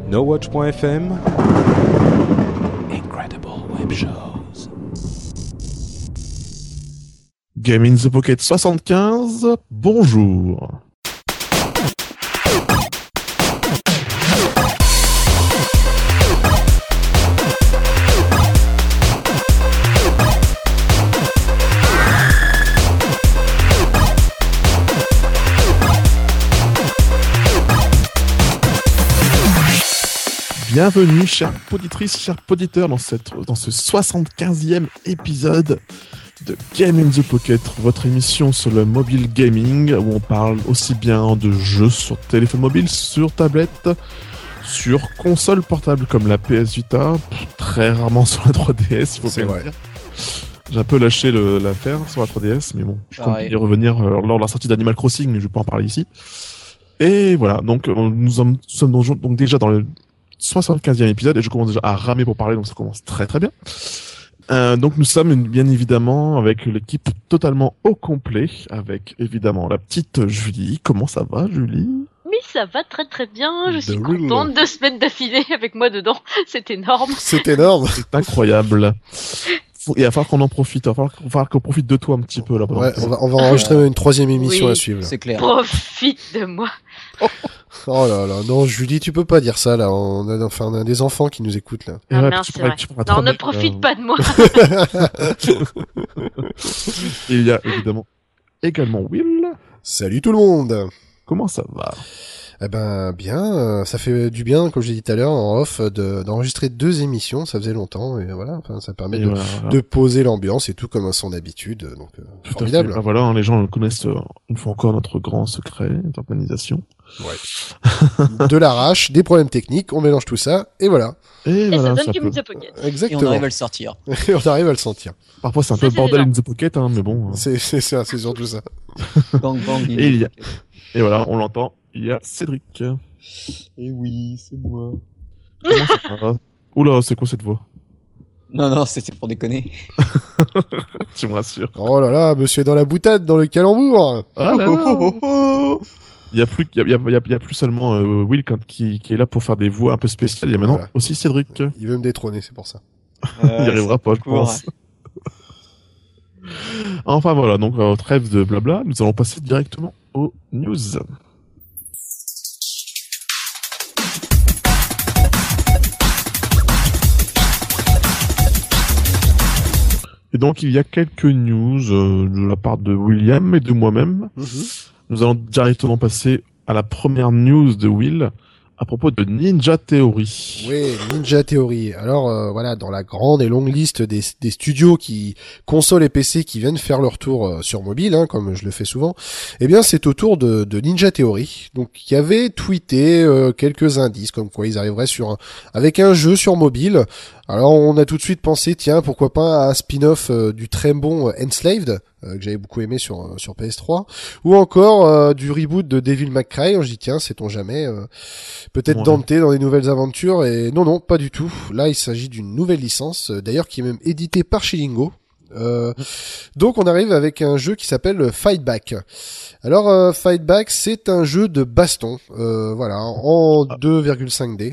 NoWatch.fm Incredible Web Shows. Game in the Pocket 75, bonjour. Bienvenue, chères poditrices, chers poditeurs, dans ce 75e épisode de Game in the Pocket, votre émission sur le mobile gaming, où on parle aussi bien de jeux sur téléphone mobile, sur tablette, sur console portable comme la PS Vita, très rarement sur la 3DS, il faut c'est vrai. dire. J'ai un peu lâché l'affaire sur la 3DS, mais bon, je compte y revenir lors de la sortie d'Animal Crossing, mais je vais pas en parler ici. Et voilà, donc nous sommes donc déjà dans le 75e épisode, et je commence déjà à ramer pour parler, donc ça commence très très bien. Donc nous sommes bien évidemment avec l'équipe totalement au complet, avec évidemment la petite Julie. Comment ça va, Julie? Oui, ça va très très bien, je suis contente, 2 semaines d'affilée avec moi dedans, c'est énorme. C'est énorme. C'est incroyable. Il va falloir qu'on en profite, il va falloir qu'on profite de toi un petit peu là. Ouais, on va enregistrer une 3e émission Oui, à suivre. C'est clair. Profite de moi. Oh là là, non Julie, tu peux pas dire ça là, on a des enfants qui nous écoutent là. Ah ouais, mince, tu c'est pourras- vrai. tu pourras te Non, ne remettre, profite pas de moi. Et il y a évidemment également Will. Salut tout le monde. Comment ça va? Eh ben bien, ça fait du bien, comme j'ai dit tout à l'heure en off, d'enregistrer 2 émissions, ça faisait longtemps, et voilà, enfin, ça permet Et voilà. de poser l'ambiance et tout comme à son habitude, donc Tout à formidable. fait. Ben voilà, les gens connaissent une fois encore notre grand secret d'organisation. De l'arrache, des problèmes techniques, on mélange tout ça, et voilà. Et voilà, ça ça donne Game peut- in the Pocket. Et on Exactement. arrive à le sortir. Et on arrive à le sentir. Parfois c'est un peu Ça, le c'est bordel déjà. in the pocket, hein, mais bon. C'est surtout ça. Bang bang. Et il y a- Et voilà, on l'entend, il y a Cédric. Et oui, c'est moi. Comment ça va? Oula, c'est quoi cette voix? Non, c'était pour déconner. Tu me rassures. Oh là là, monsieur est dans la boutade, dans le calembour. Ah là là. Il y a plus seulement Will qui est là pour faire des voix un peu spéciales. Il y a maintenant Voilà. aussi Cédric. Il veut me détrôner, c'est pour ça. Il y arrivera pas, je pense. Enfin voilà, donc trêve de blabla, nous allons passer directement aux news. Et donc il y a quelques news de la part de William et de moi-même. Nous allons directement passer à la première news de Will à propos de Ninja Theory. Oui, Ninja Theory. Alors voilà, dans la grande et longue liste des studios qui consoles et PC qui viennent faire leur tour sur mobile, hein, comme je le fais souvent, eh bien c'est au tour de Ninja Theory. Donc il y avait tweeté quelques indices comme quoi ils arriveraient avec un jeu sur mobile. Alors on a tout de suite pensé, tiens, pourquoi pas un spin-off du très bon Enslaved, que j'avais beaucoup aimé sur PS3, ou encore du reboot de Devil May Cry. On se dit, tiens, sait-on jamais, peut-être Ouais. Dante dans des nouvelles aventures, et non, pas du tout. Là, il s'agit d'une nouvelle licence, d'ailleurs qui est même éditée par Shilingo. Donc on arrive avec un jeu qui s'appelle Fight Back. Alors Fight Back, c'est un jeu de baston, voilà, en 2,5D.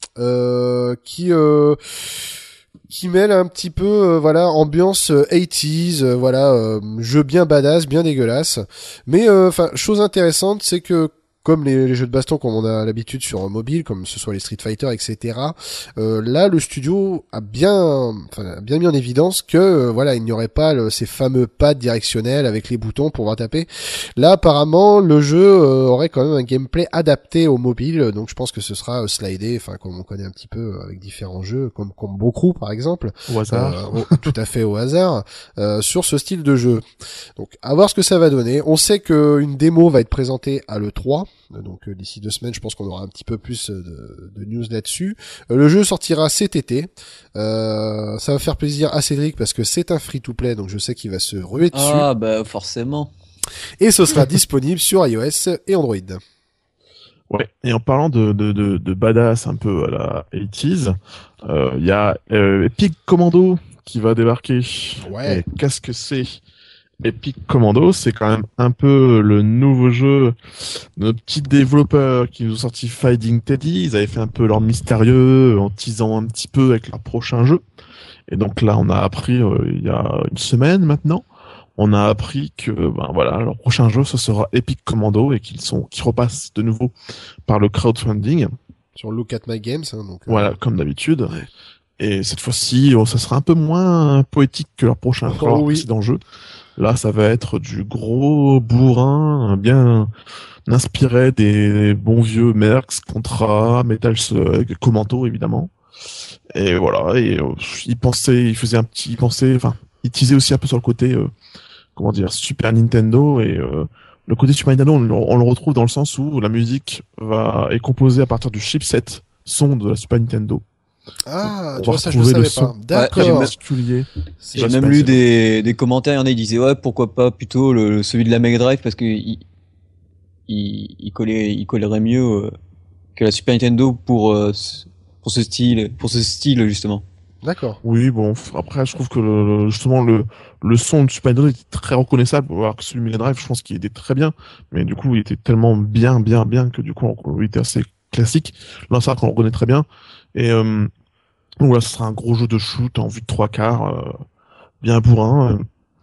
Qui mêle un petit peu voilà, ambiance 80s, voilà, jeu bien badass, bien dégueulasse, mais enfin chose intéressante, c'est que comme les jeux de baston comme on a l'habitude sur mobile, comme ce soit les Street Fighter, etc. Là, le studio a bien mis en évidence que voilà, il n'y aurait pas ces fameux pads directionnels avec les boutons pour pouvoir taper. Là, apparemment, le jeu aurait quand même un gameplay adapté au mobile, donc je pense que ce sera slidé, enfin comme on connaît un petit peu avec différents jeux, comme Combo Crew par exemple. Au hasard. Tout à fait au hasard, sur ce style de jeu. Donc, à voir ce que ça va donner. On sait qu'une démo va être présentée à l'E3. Donc d'ici 2 semaines, je pense qu'on aura un petit peu plus de news là-dessus. Le jeu sortira cet été. Ça va faire plaisir à Cédric parce que c'est un free-to-play, donc je sais qu'il va se ruer dessus. Ah bah forcément. Et ce sera disponible sur iOS et Android. Ouais. Et en parlant de badass un peu à la 80s, il y a Epic Commando qui va débarquer. Ouais. Et qu'est-ce que c'est? Epic Commando, c'est quand même un peu le nouveau jeu de nos petits développeurs qui nous ont sorti Fighting Teddy. Ils avaient fait un peu leur mystérieux en teasant un petit peu avec leur prochain jeu. Et donc là, on a appris il y a une semaine maintenant, on a appris que leur prochain jeu ce sera Epic Commando et qu'ils repassent de nouveau par le crowdfunding. Sur Look at My Games, hein, donc. Voilà, comme d'habitude. Ouais. Et cette fois-ci, ça sera un peu moins poétique que leur prochain précédent jeu. Là, ça va être du gros bourrin, bien inspiré des bons vieux Mercs, Contra, Metal Slug, Commando évidemment. Et voilà, il teasait aussi un peu sur le côté, Super Nintendo et le côté Super Nintendo, on le retrouve dans le sens où la musique est composée à partir du chipset son de la Super Nintendo. Ah, tu vois, ça je ne savais pas. D'accord. J'ai même lu des commentaires, il y en a qui disaient ouais, pourquoi pas plutôt celui de la Mega Drive parce que il collerait mieux que la Super Nintendo pour ce style justement. D'accord. Oui, bon, après je trouve que le son de Super Nintendo était très reconnaissable, alors que celui de Mega Drive, je pense qu'il était très bien, mais du coup il était tellement bien que du coup il était assez classique. Là, c'est vrai qu'on le reconnaît très bien. Et donc là, ce sera un gros jeu de shoot en vue de 3/4, bien bourrin.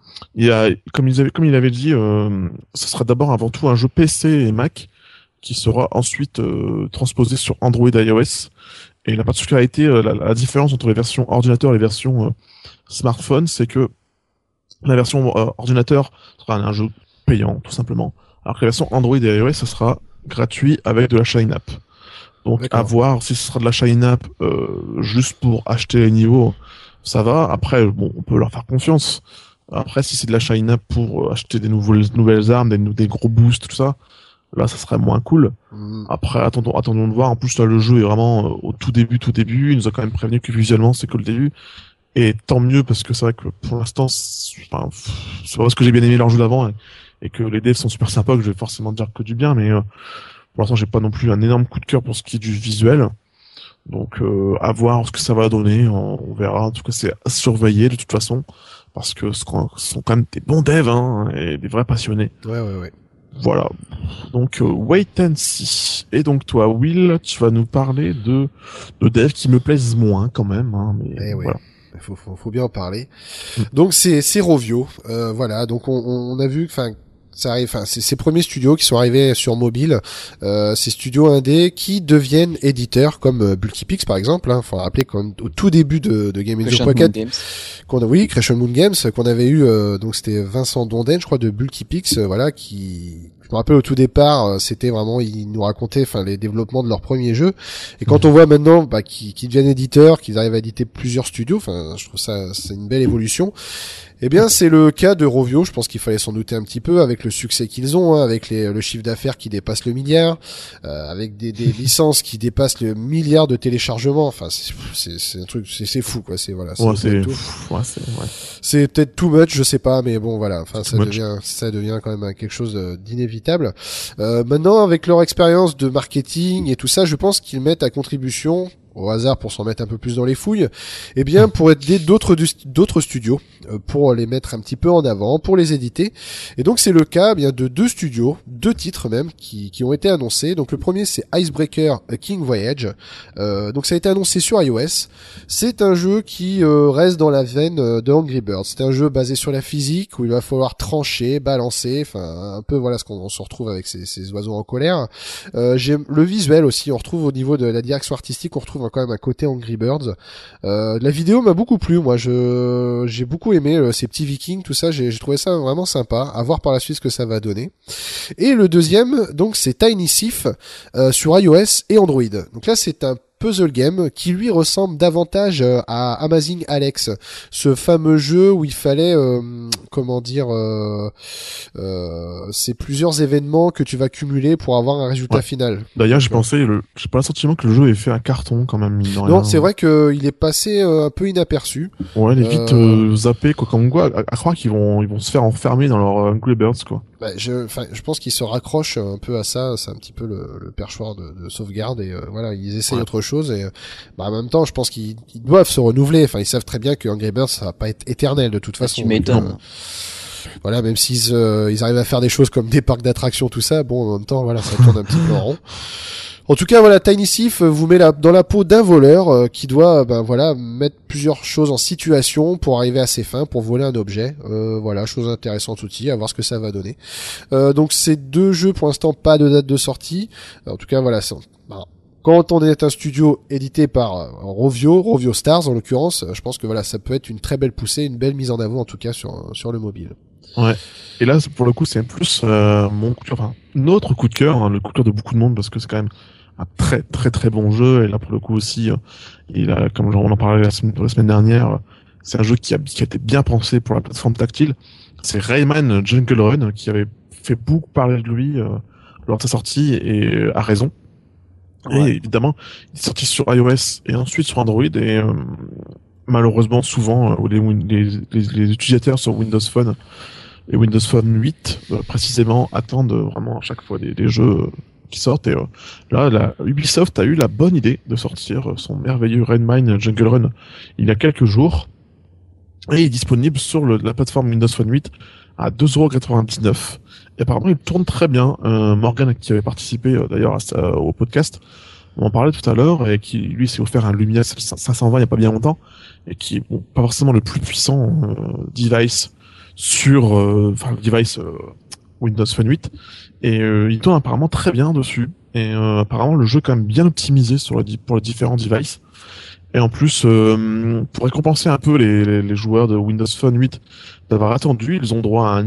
Comme il avait dit, ce sera d'abord avant tout un jeu PC et Mac qui sera ensuite transposé sur Android et iOS. Et la particularité, la différence entre les versions ordinateur et les versions smartphone, c'est que la version ordinateur sera un jeu payant, tout simplement. Alors que la version Android et iOS, ça sera gratuit avec de la Shine App. Donc à voir si ce sera de la Shine App juste pour acheter les niveaux, ça va. Après, bon, on peut leur faire confiance. Après, si c'est de la Shine App pour acheter des nouvelles armes, des gros boosts, tout ça, là, ça serait moins cool. Après, attendons de voir. En plus, là, le jeu est vraiment au tout début. Il nous a quand même prévenu que visuellement, c'est que le début. Et tant mieux, parce que c'est vrai que pour l'instant, c'est pas parce que j'ai bien aimé leur jeu d'avant et que les devs sont super sympas que je vais forcément dire que du bien, mais pour l'instant, j'ai pas non plus un énorme coup de cœur pour ce qui est du visuel. Donc, à voir ce que ça va donner. On verra. En tout cas, c'est à surveiller de toute façon. Parce que ce sont quand même des bons devs, hein, et des vrais passionnés. Ouais. Voilà. Donc, wait and see. Et donc, toi, Will, tu vas nous parler de devs qui me plaisent moins, quand même, hein, mais voilà. Faut bien en parler. Donc, c'est Rovio. Voilà. Donc, on a vu, ça arrive, c'est ces premiers studios qui sont arrivés sur mobile, ces studios indés qui deviennent éditeurs comme Bulky Pix par exemple, hein, faut rappeler au tout début de Game Info Pocket Creation Moon Games qu'on avait eu, donc c'était Vincent Donden, je crois, de Bulky Pix, voilà, qui, je me rappelle au tout départ, c'était vraiment, il nous racontait, les développements de leur premier jeu. Et quand on voit maintenant, qu'ils deviennent éditeurs, qu'ils arrivent à éditer plusieurs studios, je trouve ça, c'est une belle évolution. Eh bien, c'est le cas de Rovio. Je pense qu'il fallait s'en douter un petit peu avec le succès qu'ils ont, hein, avec le chiffre d'affaires qui dépasse le milliard, avec des licences qui dépassent le milliard de téléchargements. Enfin, c'est un truc, c'est fou, quoi. C'est voilà. C'est peut-être too much, je sais pas, mais bon, voilà. Enfin, ça devient quand même quelque chose d'inévitable. Maintenant, avec leur expérience de marketing et tout ça, je pense qu'ils mettent à contribution, au hasard pour s'en mettre un peu plus dans les fouilles, eh bien pour aider d'autres studios, pour les mettre un petit peu en avant, pour les éditer. Et donc c'est le cas bien de deux titres même qui ont été annoncés. Donc le premier c'est Icebreaker A King Voyage. Donc ça a été annoncé sur iOS. C'est un jeu qui reste dans la veine de Angry Birds. C'est un jeu basé sur la physique où il va falloir trancher, balancer, enfin un peu voilà ce qu'on se retrouve avec ces oiseaux en colère. J'aime le visuel aussi, on retrouve au niveau de la direction artistique, on retrouve quand même un côté Angry Birds. La vidéo m'a beaucoup plu, moi j'ai beaucoup aimé ces petits vikings, tout ça, j'ai trouvé ça vraiment sympa, à voir par la suite ce que ça va donner. Et le deuxième, donc c'est Tiny Thief sur iOS et Android. Donc là c'est un puzzle game qui lui ressemble davantage à Amazing Alex, ce fameux jeu où il fallait c'est plusieurs événements que tu vas cumuler pour avoir un résultat final. D'ailleurs, j'ai pas le sentiment que le jeu ait fait un carton quand même. Non, c'est vrai qu'il est passé un peu inaperçu. Ouais, il est vite zappé, quoi, comme quoi, à croire qu'ils vont se faire enfermer dans leur Angry Birds, quoi. Je pense qu'ils se raccrochent un peu à ça, c'est un petit peu le perchoir de sauvegarde et voilà, ils essayent autre chose et en même temps, je pense qu'ils doivent se renouveler. Enfin, ils savent très bien que Angry Birds ça va pas être éternel de toute façon. Tu m'étonnes. Voilà, même s'ils ils arrivent à faire des choses comme des parcs d'attractions, tout ça, bon, en même temps, voilà, ça tourne un petit peu en rond. En tout cas, voilà, Tiny Thief vous met dans la peau d'un voleur qui doit, mettre plusieurs choses en situation pour arriver à ses fins, pour voler un objet. Voilà, chose intéressante aussi, à voir ce que ça va donner. Donc, ces 2 jeux, pour l'instant, pas de date de sortie. En tout cas, voilà, quand on est un studio édité par Rovio Stars en l'occurrence, je pense que voilà, ça peut être une très belle poussée, une belle mise en avant en tout cas sur le mobile. Ouais. Et là, pour le coup, c'est plus mon coup de cœur, enfin notre coup de cœur, le coup de cœur de beaucoup de monde, parce que c'est quand même un très très très bon jeu. Et là, pour le coup aussi, il a, comme on en parlait la semaine dernière, c'est un jeu qui a été bien pensé pour la plateforme tactile. C'est Rayman Jungle Run qui avait fait beaucoup parler de lui lors de sa sortie et à raison. Ouais. Et évidemment, il est sorti sur iOS et ensuite sur Android et malheureusement souvent les utilisateurs sur Windows Phone et Windows Phone 8 précisément attendent vraiment à chaque fois des jeux qui sortent et là Ubisoft a eu la bonne idée de sortir son merveilleux Rayman Jungle Run il y a quelques jours et il est disponible sur la plateforme Windows Phone 8 à 2,99€. Et apparemment, il tourne très bien. Morgan, qui avait participé d'ailleurs au podcast, on en parlait tout à l'heure, et qui lui s'est offert un Lumia 520 il n'y a pas bien longtemps, et qui est pas forcément le plus puissant device sur device Windows Phone 8. Et il tourne apparemment très bien dessus. Et apparemment, le jeu est quand même bien optimisé pour les différents devices. Et en plus, pour récompenser un peu les joueurs de Windows Phone 8 d'avoir attendu, ils ont droit à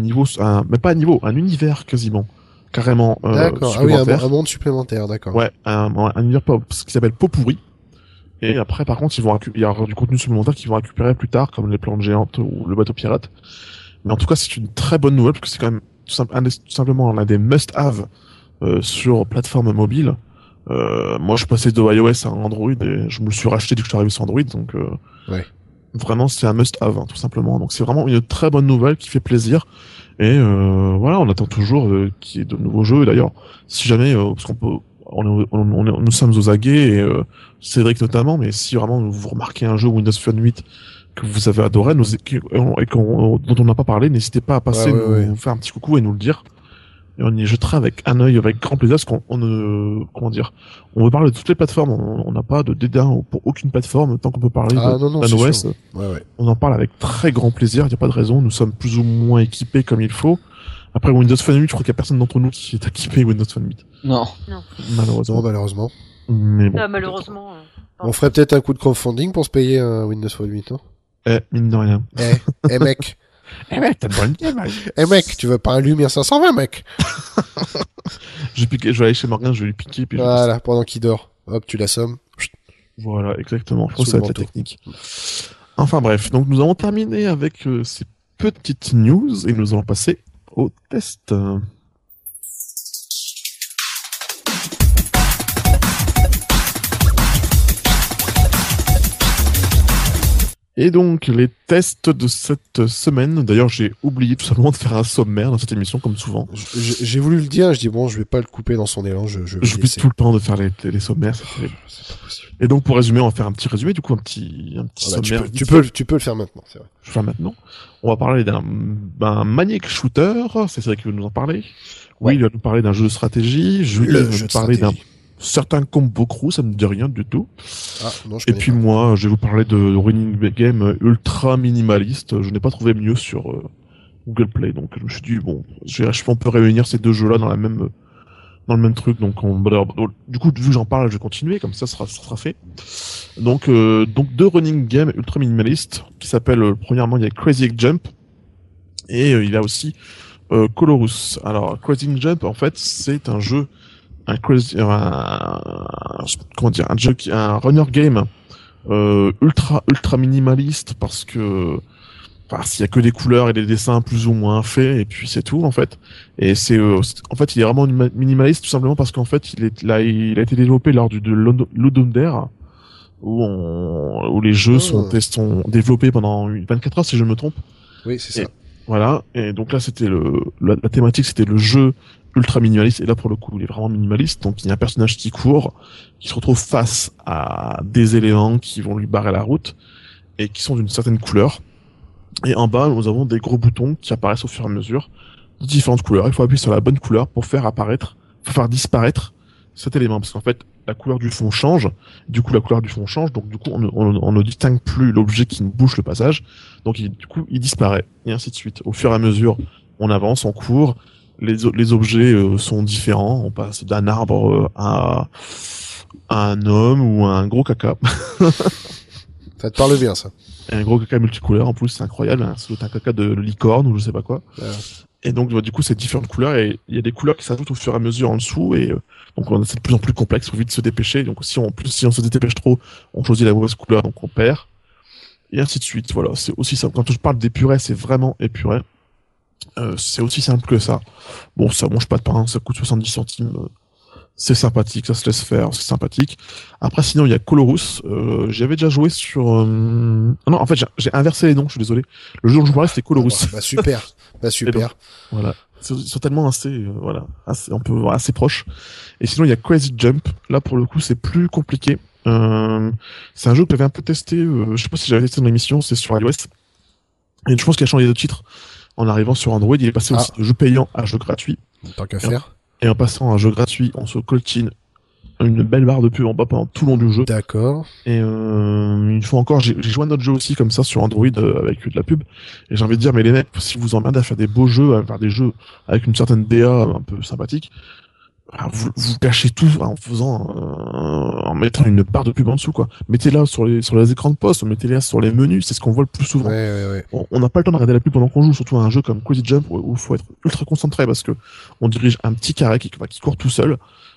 un univers quasiment, carrément d'accord. supplémentaire. Un monde supplémentaire, d'accord. Ouais, un univers qui s'appelle Pot pourri. Et après, par contre, il y aura du contenu supplémentaire qu'ils vont récupérer plus tard, comme les plantes géantes ou le bateau pirate. Mais en tout cas, c'est une très bonne nouvelle, parce que c'est quand même tout simplement l'un des must-have sur plateforme mobile. Moi, je passais de iOS à Android et je me le suis racheté dès que je suis arrivé sur Android, donc ouais. Vraiment, c'est un must-have, tout simplement. Donc, c'est vraiment une très bonne nouvelle qui fait plaisir. Et voilà, on attend toujours qu'il y ait de nouveaux jeux. Et d'ailleurs, si jamais, parce qu'on peut, nous sommes aux aguets, et Cédric notamment, mais si vraiment vous remarquez un jeu Windows Phone 8 que vous avez adoré, dont on n'a pas parlé, n'hésitez pas à passer nous faire un petit coucou et nous le dire. Et on y jettera avec un œil, avec grand plaisir, parce qu'on veut parler de toutes les plateformes, on n'a pas de dédain pour aucune plateforme, tant qu'on peut parler d'un OS, on en parle avec très grand plaisir, il n'y a pas de raison, nous sommes plus ou moins équipés comme il faut. Après Windows Phone 8, je crois qu'il n'y a personne d'entre nous qui est équipé Windows Phone 8. Non. Malheureusement. Mais bon, malheureusement. On ferait peut-être un coup de crowdfunding pour se payer un Windows Phone 8, non? Mine de rien. Mec. Mec, t'as de bonne idée, mec. Mec, tu veux pas un Lumia 520, mec? Je vais aller chez Morgan, je vais lui piquer, puis voilà, pendant qu'il dort. Hop, tu l'assommes. Voilà, exactement. Je pense que ça va être la technique. Enfin bref, donc nous avons terminé avec ces petites news et nous allons passer au test. Et donc, les tests de cette semaine. D'ailleurs, j'ai oublié tout simplement de faire un sommaire dans cette émission, comme souvent. J'ai voulu le dire, je dis bon, je vais pas le couper dans son élan, j'oublie tout le temps de faire les sommaires, c'est terrible. C'est pas possible. Et donc, pour résumer, on va faire un petit résumé, du coup, un petit sommaire. Tu peux le faire maintenant, c'est vrai. Je vais le faire maintenant. On va parler d'un maniac shooter, c'est ça qui veut nous en parler. Oui, il va nous parler d'un jeu de stratégie. Julie va nous parler d'un certain combo crew, ça me dit rien du tout. Ah, non, et puis moi, je vais vous parler de running game ultra minimaliste. Je n'ai pas trouvé mieux sur Google Play, donc je me suis dit bon, on peut réunir ces deux jeux-là dans le même truc. Donc du coup, vu que j'en parle, je vais continuer, comme ça sera fait. Donc deux running games ultra minimalistes qui s'appellent premièrement il y a Crazy Jump et il y a aussi Colorus. Alors Crazy Jump, en fait, c'est un jeu un runner game ultra minimaliste parce que s'il y a que des couleurs et des dessins plus ou moins faits et puis c'est tout en fait. Et c'est en fait il est vraiment minimaliste tout simplement parce qu'en fait il a été développé lors de Ludum Dare où les jeux sont développés pendant 24 heures si je me trompe. Oui, c'est ça. Voilà, et donc là c'était la thématique, c'était le jeu ultra minimaliste, et là pour le coup il est vraiment minimaliste, donc il y a un personnage qui court, qui se retrouve face à des éléments qui vont lui barrer la route, et qui sont d'une certaine couleur, Et en bas, nous avons des gros boutons qui apparaissent au fur et à mesure, de différentes couleurs. Il faut appuyer sur la bonne couleur pour faire disparaître cet élément. Parce qu'en fait, la couleur du fond change. Du coup, la couleur du fond change. Donc, du coup, on ne distingue plus l'objet qui nous bouche le passage. Donc, du coup, il disparaît. Et ainsi de suite. Au fur et à mesure, on avance, on court. Les objets sont différents. On passe d'un arbre à un homme ou à un gros caca. Ça te parle bien, ça. Et un gros caca multicouleur, en plus, c'est incroyable. Hein. C'est un caca de licorne ou je sais pas quoi. Ouais. Et donc, du coup, c'est différentes couleurs et il y a des couleurs qui s'ajoutent au fur et à mesure en dessous et donc c'est de plus en plus complexe. Il faut vite se dépêcher. Donc, si on se dépêche trop, on choisit la mauvaise couleur, donc on perd. Et ainsi de suite. Voilà, c'est aussi simple. Quand je parle d'épuré, c'est vraiment épuré. C'est aussi simple que ça. Bon, ça mange pas de pain, ça coûte 70 centimes. C'est sympathique, ça se laisse faire, c'est sympathique. Après, sinon, il y a Colorus. J'avais déjà joué sur... Non, en fait, j'ai inversé les noms, je suis désolé. Le jeu où je parlais, c'était Colorus. Bah, super. Bah, super. Donc, voilà. C'est tellement assez, assez proche. Et sinon, il y a Crazy Jump. Là, pour le coup, c'est plus compliqué. C'est un jeu que j'avais un peu testé. Je sais pas si j'avais testé dans l'émission, c'est sur iOS. Et je pense qu'il a changé de titre. En arrivant sur Android, il est passé aussi de jeu payant à jeu gratuit. Tant qu'à faire. Et en passant à un jeu gratuit, on se coltine une belle barre de pub en bas pendant tout le long du jeu. D'accord. Et une fois encore, j'ai joué à un autre jeu aussi comme ça sur Android avec de la pub. Et j'ai envie de dire, mais les mecs, si vous emmerdez à faire des beaux jeux, à faire des jeux avec une certaine DA un peu sympathique, vous cachez tout en en mettant une barre de pub en dessous, quoi. Mettez-la sur les écrans de poste, mettez-la sur les menus, c'est ce qu'on voit le plus souvent. Ouais. On n'a pas le temps de regarder la pub pendant qu'on joue, surtout à un jeu comme Crazy Jump où il faut être ultra concentré parce que on dirige un petit carré qui court tout seul,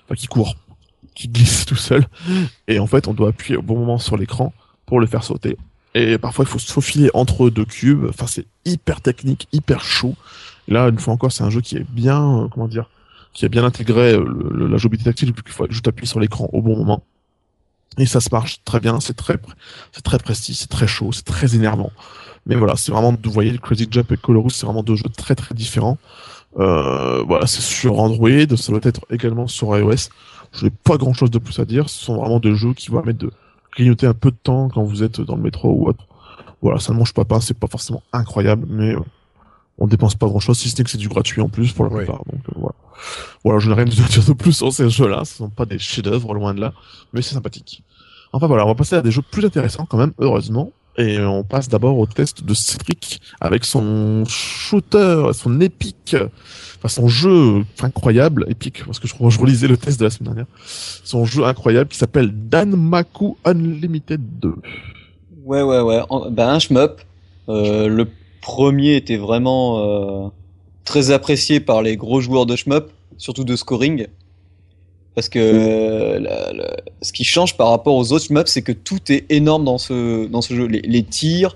qui glisse tout seul, et en fait on doit appuyer au bon moment sur l'écran pour le faire sauter. Et parfois il faut se faufiler entre deux cubes, enfin c'est hyper technique, hyper chaud. Et là, une fois encore, c'est un jeu qui est bien, qui a bien intégré la jouabilité tactile, vu qu'il faut juste appuyer sur l'écran au bon moment. Et ça se marche très bien, c'est très précis, c'est très chaud, c'est très énervant. Mais voilà, c'est vraiment, vous voyez, Crazy Jump et Colorus, c'est vraiment deux jeux très très différents. Voilà, c'est sur Android, ça doit être également sur iOS. Je n'ai pas grand chose de plus à dire, ce sont vraiment des jeux qui vont permettre de grignoter un peu de temps quand vous êtes dans le métro ou autre. Voilà, ça ne mange pas pain, c'est pas forcément incroyable, mais on dépense pas grand chose, si ce n'est que c'est du gratuit en plus pour la plupart. Donc voilà. Voilà, je n'ai rien à dire de plus sur ces jeux-là, ce sont pas des chefs-d'œuvre loin de là, mais c'est sympathique. Enfin voilà, on va passer à des jeux plus intéressants quand même, heureusement. Et on passe d'abord au test de Cédric avec son shooter, son épique, enfin son jeu incroyable, épique, parce que je relisais le test de la semaine dernière. Son jeu incroyable qui s'appelle Danmaku Unlimited 2. Ouais. Un shmup. Le premier était vraiment très apprécié par les gros joueurs de shmup, surtout de scoring. Parce que ce qui change par rapport aux autres shmups, c'est que tout est énorme dans ce jeu. Les tirs,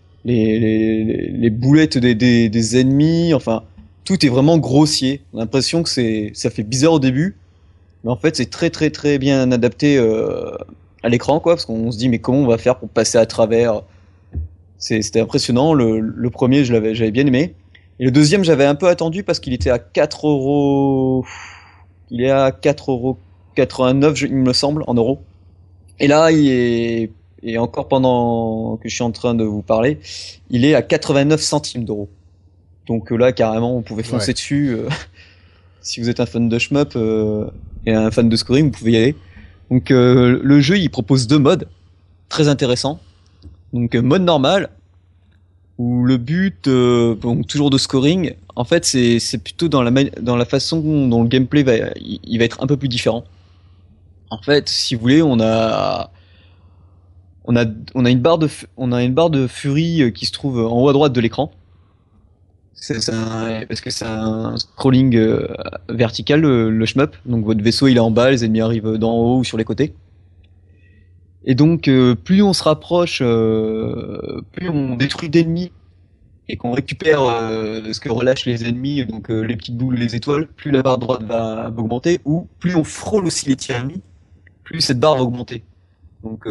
les boulettes des ennemis, enfin, tout est vraiment grossier. On a l'impression que ça fait bizarre au début, mais en fait, c'est très très très bien adapté à l'écran, quoi, parce qu'on se dit mais comment on va faire pour passer à travers. C'était impressionnant. Le premier, j'avais bien aimé. Et le deuxième, j'avais un peu attendu parce qu'il était à 4€. Il est à 4,89€, il me semble, en euros. Et là, et encore pendant que je suis en train de vous parler, il est à 89 centimes d'euros. Donc là, carrément, vous pouvez foncer dessus. Si vous êtes un fan de shmup et un fan de scoring, vous pouvez y aller. Donc le jeu, il propose 2 modes très intéressants. Donc mode normal, où le but, donc toujours de scoring, en fait c'est plutôt dans la façon dont le gameplay va être un peu plus différent. En fait, si vous voulez, on a une barre de furie qui se trouve en haut à droite de l'écran. Parce que c'est un scrolling vertical, le shmup. Donc votre vaisseau il est en bas, les ennemis arrivent d'en haut ou sur les côtés. Et donc, plus on se rapproche, plus on détruit d'ennemis et qu'on récupère ce que relâchent les ennemis, donc les petites boules, les étoiles, plus la barre droite va augmenter, ou plus on frôle aussi les tirs ennemis, plus cette barre va augmenter. Donc,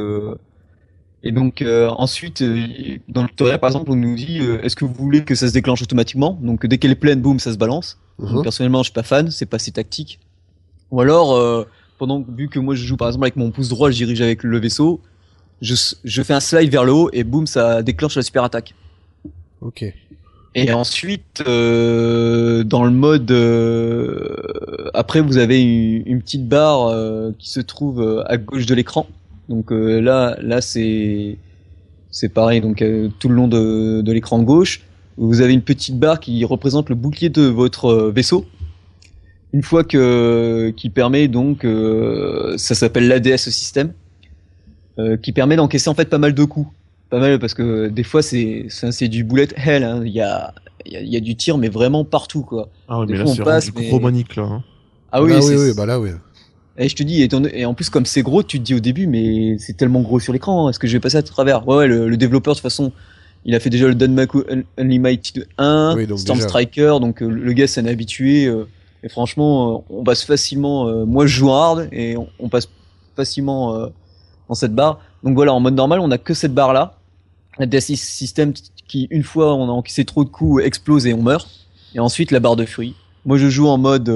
ensuite, dans le tutoriel, par exemple, on nous dit est-ce que vous voulez que ça se déclenche automatiquement? Donc, dès qu'elle est pleine, boum, ça se balance. Donc, personnellement, je suis pas fan, c'est pas assez tactique. Ou alors, vu que moi je joue par exemple avec mon pouce droit, je dirige avec le vaisseau, je fais un slide vers le haut et boum, ça déclenche la super attaque. Ok. Et ensuite, dans le mode, après vous avez une petite barre qui se trouve à gauche de l'écran. Donc là c'est pareil. Donc tout le long de l'écran gauche, vous avez une petite barre qui représente le bouclier de votre vaisseau. Une fois qui permet donc, ça s'appelle l'ADS système, qui permet d'encaisser en fait pas mal de coups. Pas mal parce que des fois c'est du bullet hell, hein. Il y a du tir mais vraiment partout quoi. Ah oui, des mais là fois, c'est on passe, vraiment du gros manique là. Hein. Ah oui, bah là oui. Et je te dis, et en plus comme c'est gros, tu te dis au début mais c'est tellement gros sur l'écran, est-ce que je vais passer à travers? Ouais, le développeur de toute façon, il a fait déjà le Danmaku Unlimited 1, Oui, donc Storm déjà. Striker, donc le gars s'en est habitué. Et franchement, on passe facilement. Moi, je joue en hard et on passe facilement dans cette barre. Donc voilà, en mode normal, on a que cette barre là. La DSI système qui, une fois on a encaissé trop de coups, explose et on meurt. Et ensuite la barre de furie. Moi je joue en mode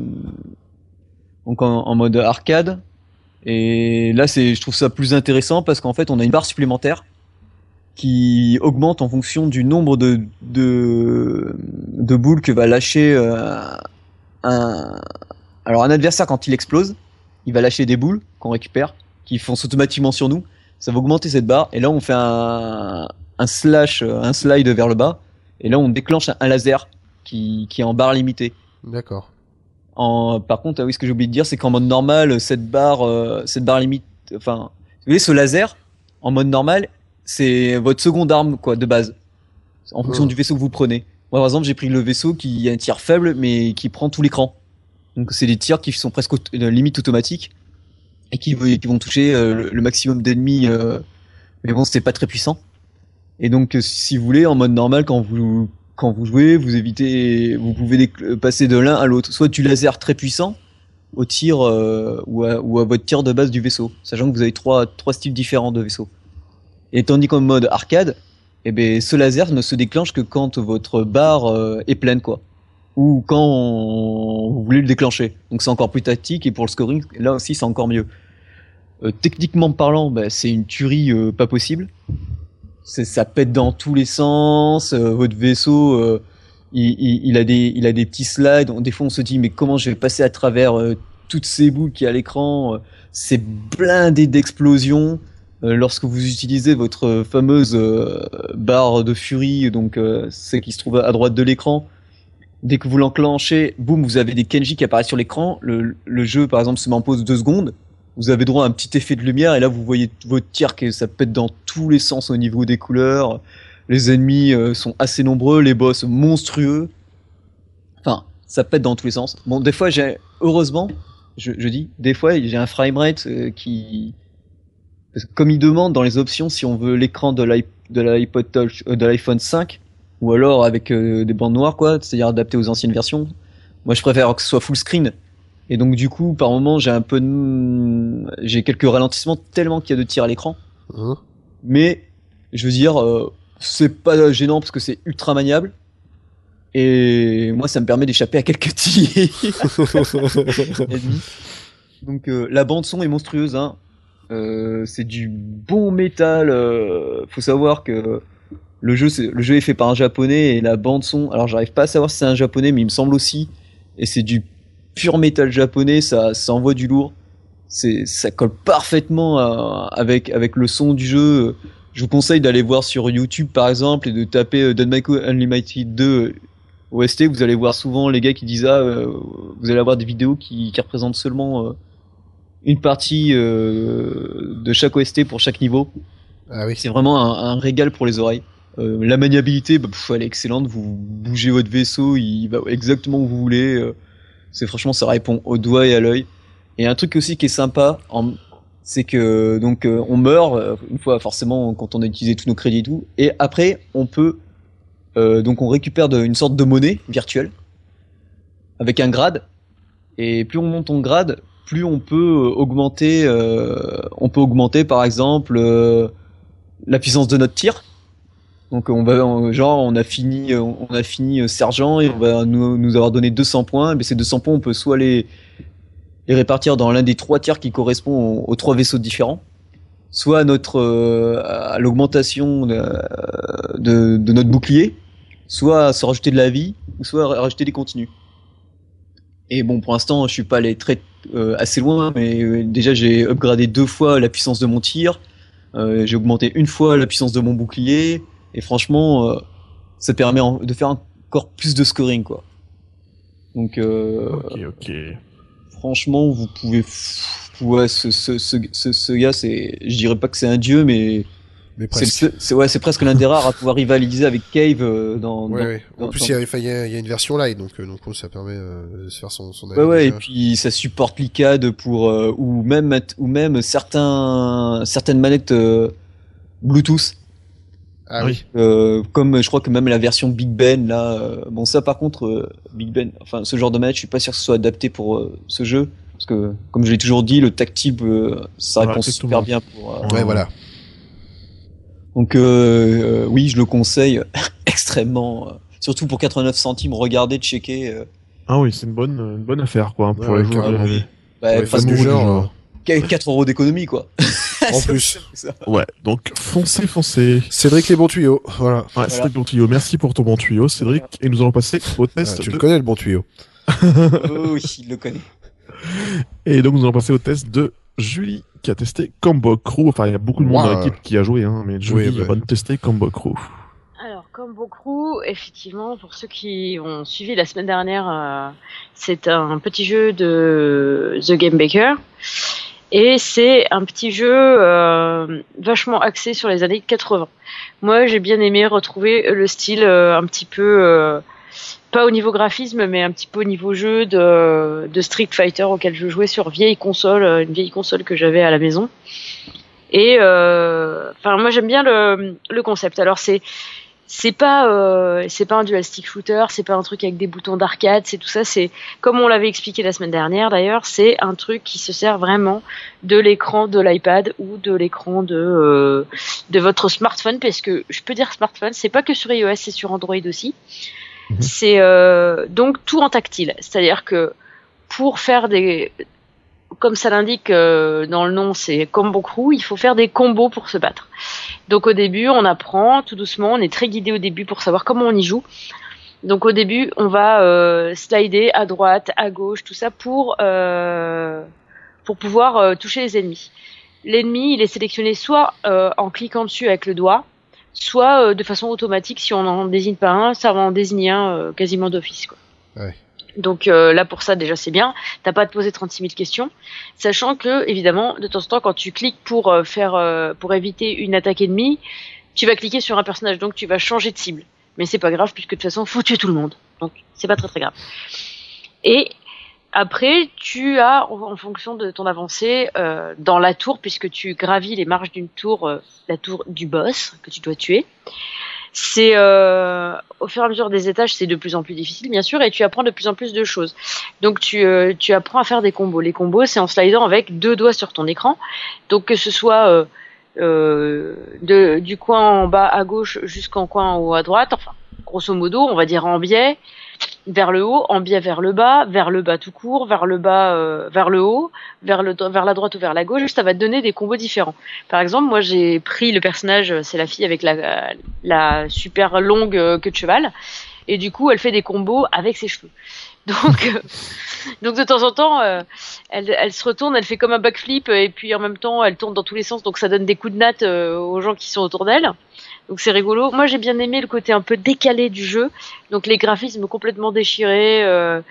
donc en mode arcade. Et là je trouve ça plus intéressant parce qu'en fait on a une barre supplémentaire qui augmente en fonction du nombre de boules que va lâcher un adversaire quand il explose. Il va lâcher des boules qu'on récupère, qui foncent automatiquement sur nous. Ça va augmenter cette barre et là on fait un slide vers le bas et là on déclenche un laser qui est en barre limitée. D'accord. Par contre, oui, ce que j'ai oublié de dire, c'est qu'en mode normal, cette barre limite, enfin, vous voyez, ce laser en mode normal, c'est votre seconde arme quoi de base, en fonction du vaisseau que vous prenez. Moi par exemple, j'ai pris le vaisseau qui a un tir faible mais qui prend tout l'écran. Donc c'est des tirs qui sont presque limite automatiques. Et qui vont toucher le maximum d'ennemis, mais bon, c'est pas très puissant. Et donc, si vous voulez, en mode normal, quand vous jouez, vous pouvez passer de l'un à l'autre, soit du laser très puissant au tir ou à votre tir de base du vaisseau, sachant que vous avez trois styles différents de vaisseau. Et tandis qu'en mode arcade, eh ben, ce laser ne se déclenche que quand votre barre est pleine, quoi. Ou quand vous voulez le déclencher. Donc c'est encore plus tactique et pour le scoring, là aussi c'est encore mieux. Techniquement parlant, bah, c'est une tuerie pas possible. Ça pète dans tous les sens. Votre vaisseau, il a des petits slides. Des fois on se dit mais comment je vais passer à travers toutes ces boules qu'il y a à l'écran. C'est blindé d'explosions. Lorsque vous utilisez votre fameuse barre de furie, donc celle qui se trouve à droite de l'écran. Dès que vous l'enclenchez, boum, vous avez des Kenji qui apparaissent sur l'écran. Le jeu, par exemple, se met en pause 2 secondes. Vous avez droit à un petit effet de lumière et là, vous voyez votre tir que ça pète dans tous les sens au niveau des couleurs. Les ennemis sont assez nombreux, les boss monstrueux. Enfin, ça pète dans tous les sens. Bon, des fois, heureusement, je dis, des fois, j'ai un framerate qui... Parce que comme il demande dans les options si on veut l'écran de l'iPod Touch, de l'iPhone 5, ou alors avec des bandes noires quoi, c'est-à-dire adapté aux anciennes versions. Moi je préfère que ce soit full screen. Et donc du coup par moment j'ai quelques ralentissements tellement qu'il y a de tirs à l'écran. Mais je veux dire c'est pas gênant parce que c'est ultra maniable. Et moi ça me permet d'échapper à quelques tirs. Donc la bande son est monstrueuse hein. C'est du bon métal. Faut savoir que le jeu est fait par un japonais et la bande son, alors j'arrive pas à savoir si c'est un japonais mais il me semble aussi, et c'est du pur métal japonais, ça envoie du lourd, ça colle parfaitement avec le son du jeu. Je vous conseille d'aller voir sur YouTube par exemple et de taper Danmaku Unlimited 2 OST, vous allez voir souvent les gars qui disent vous allez avoir des vidéos qui représentent seulement une partie de chaque OST pour chaque niveau. Ah oui. C'est vraiment un régal pour les oreilles. La maniabilité, elle est excellente. Vous bougez votre vaisseau, il va exactement où vous voulez. Franchement, ça répond au doigt et à l'œil. Et un truc aussi qui est sympa, c'est que donc on meurt une fois forcément quand on a utilisé tous nos crédits et tout. Et après, on peut donc on récupère une sorte de monnaie virtuelle avec un grade. Et plus on monte en grade, plus on peut augmenter. Par exemple la puissance de notre tir. Donc on a fini sergent et on va nous avoir donné 200 points. Et ces 200 points, on peut soit les répartir dans l'un des 3 tiers qui correspond aux 3 vaisseaux différents. soit à l'augmentation de notre bouclier, soit à se rajouter de la vie, ou soit à rajouter des continues. Et bon, pour l'instant, je suis pas allé assez loin, mais déjà j'ai upgradé 2 fois la puissance de mon tir, j'ai augmenté 1 fois la puissance de mon bouclier, et franchement, ça permet de faire encore plus de scoring, quoi. Donc, Ok. franchement, vous pouvez, ouais, ce gars, je dirais pas que c'est un dieu, mais presque. c'est presque l'un des rares à pouvoir rivaliser avec Cave En plus, il y a une version light, donc ça permet de se faire son ouais, et puis ça supporte l'ICAD pour ou même certaines manettes Bluetooth. Ah oui. Comme je crois que même la version Big Ben là, bon ça par contre Big Ben, enfin ce genre de manette, je suis pas sûr que ce soit adapté pour ce jeu, parce que comme je l'ai toujours dit, le tactile ça répond super bien pour. Ouais, voilà. Donc oui, je le conseille extrêmement, surtout pour 89 centimes. Regardez, checker. Ah oui, c'est une bonne affaire quoi pour les joueurs. Parce que genre 4 € d'économie quoi. En plus. Ouais, donc foncez. Cédric les bons tuyaux, voilà. Ouais, Cédric bon tuyau. Merci pour ton bon tuyau, Cédric. Et nous allons passer au test. Tu le connais le bon tuyau. Oh oui, il le connaît. Et donc nous allons passer au test de Julie qui a testé Combo Crew. Enfin, il y a beaucoup de monde dans l'équipe qui a joué, hein, mais Julie va nous tester Combo Crew. Alors, Combo Crew, effectivement, pour ceux qui ont suivi la semaine dernière, c'est un petit jeu de The Game Baker. Et c'est un petit jeu vachement axé sur les années 80. Moi, j'ai bien aimé retrouver le style un petit peu, pas au niveau graphisme, mais un petit peu au niveau jeu de Street Fighter auquel je jouais sur une vieille console que j'avais à la maison. Et moi j'aime bien le concept. Alors c'est pas un dual stick shooter, c'est pas un truc avec des boutons d'arcade, c'est tout ça, c'est comme on l'avait expliqué la semaine dernière d'ailleurs, c'est un truc qui se sert vraiment de l'écran de l'iPad ou de l'écran de votre smartphone, parce que je peux dire smartphone, c'est pas que sur iOS, c'est sur Android aussi. C'est donc tout en tactile, c'est-à-dire que pour faire comme ça l'indique dans le nom, c'est Combo Crew, il faut faire des combos pour se battre. Donc au début, on apprend tout doucement, on est très guidé au début pour savoir comment on y joue. Donc au début, on va slider à droite, à gauche, tout ça pour pouvoir toucher les ennemis. L'ennemi, il est sélectionné soit en cliquant dessus avec le doigt, soit de façon automatique, si on n'en désigne pas un, ça va en désigner un quasiment d'office, quoi. Ouais. Donc là pour ça déjà c'est bien, t'as pas à te poser 36 000 questions, sachant que évidemment de temps en temps quand tu cliques pour éviter une attaque ennemie, tu vas cliquer sur un personnage, donc tu vas changer de cible. Mais c'est pas grave puisque de toute façon faut tuer tout le monde, donc c'est pas très très grave. Et après tu as en fonction de ton avancée dans la tour, puisque tu gravis les marches d'une tour, la tour du boss que tu dois tuer. C'est au fur et à mesure des étages, c'est de plus en plus difficile bien sûr, et tu apprends de plus en plus de choses. Donc tu apprends à faire des combos. Les combos, c'est en slidant avec 2 doigts sur ton écran. Donc que ce soit du coin en bas à gauche jusqu'en coin en haut à droite, enfin grosso modo, on va dire en biais vers le haut, en biais vers le bas tout court, vers le bas vers le haut, vers la droite ou vers la gauche, ça va te donner des combos différents. Par exemple, moi j'ai pris le personnage, c'est la fille avec la super longue queue de cheval, et du coup elle fait des combos avec ses cheveux. Donc de temps en temps, elle se retourne, elle fait comme un backflip, et puis en même temps elle tourne dans tous les sens, donc ça donne des coups de natte aux gens qui sont autour d'elle. Donc c'est rigolo. Moi j'ai bien aimé le côté un peu décalé du jeu. Donc les graphismes complètement déchirés,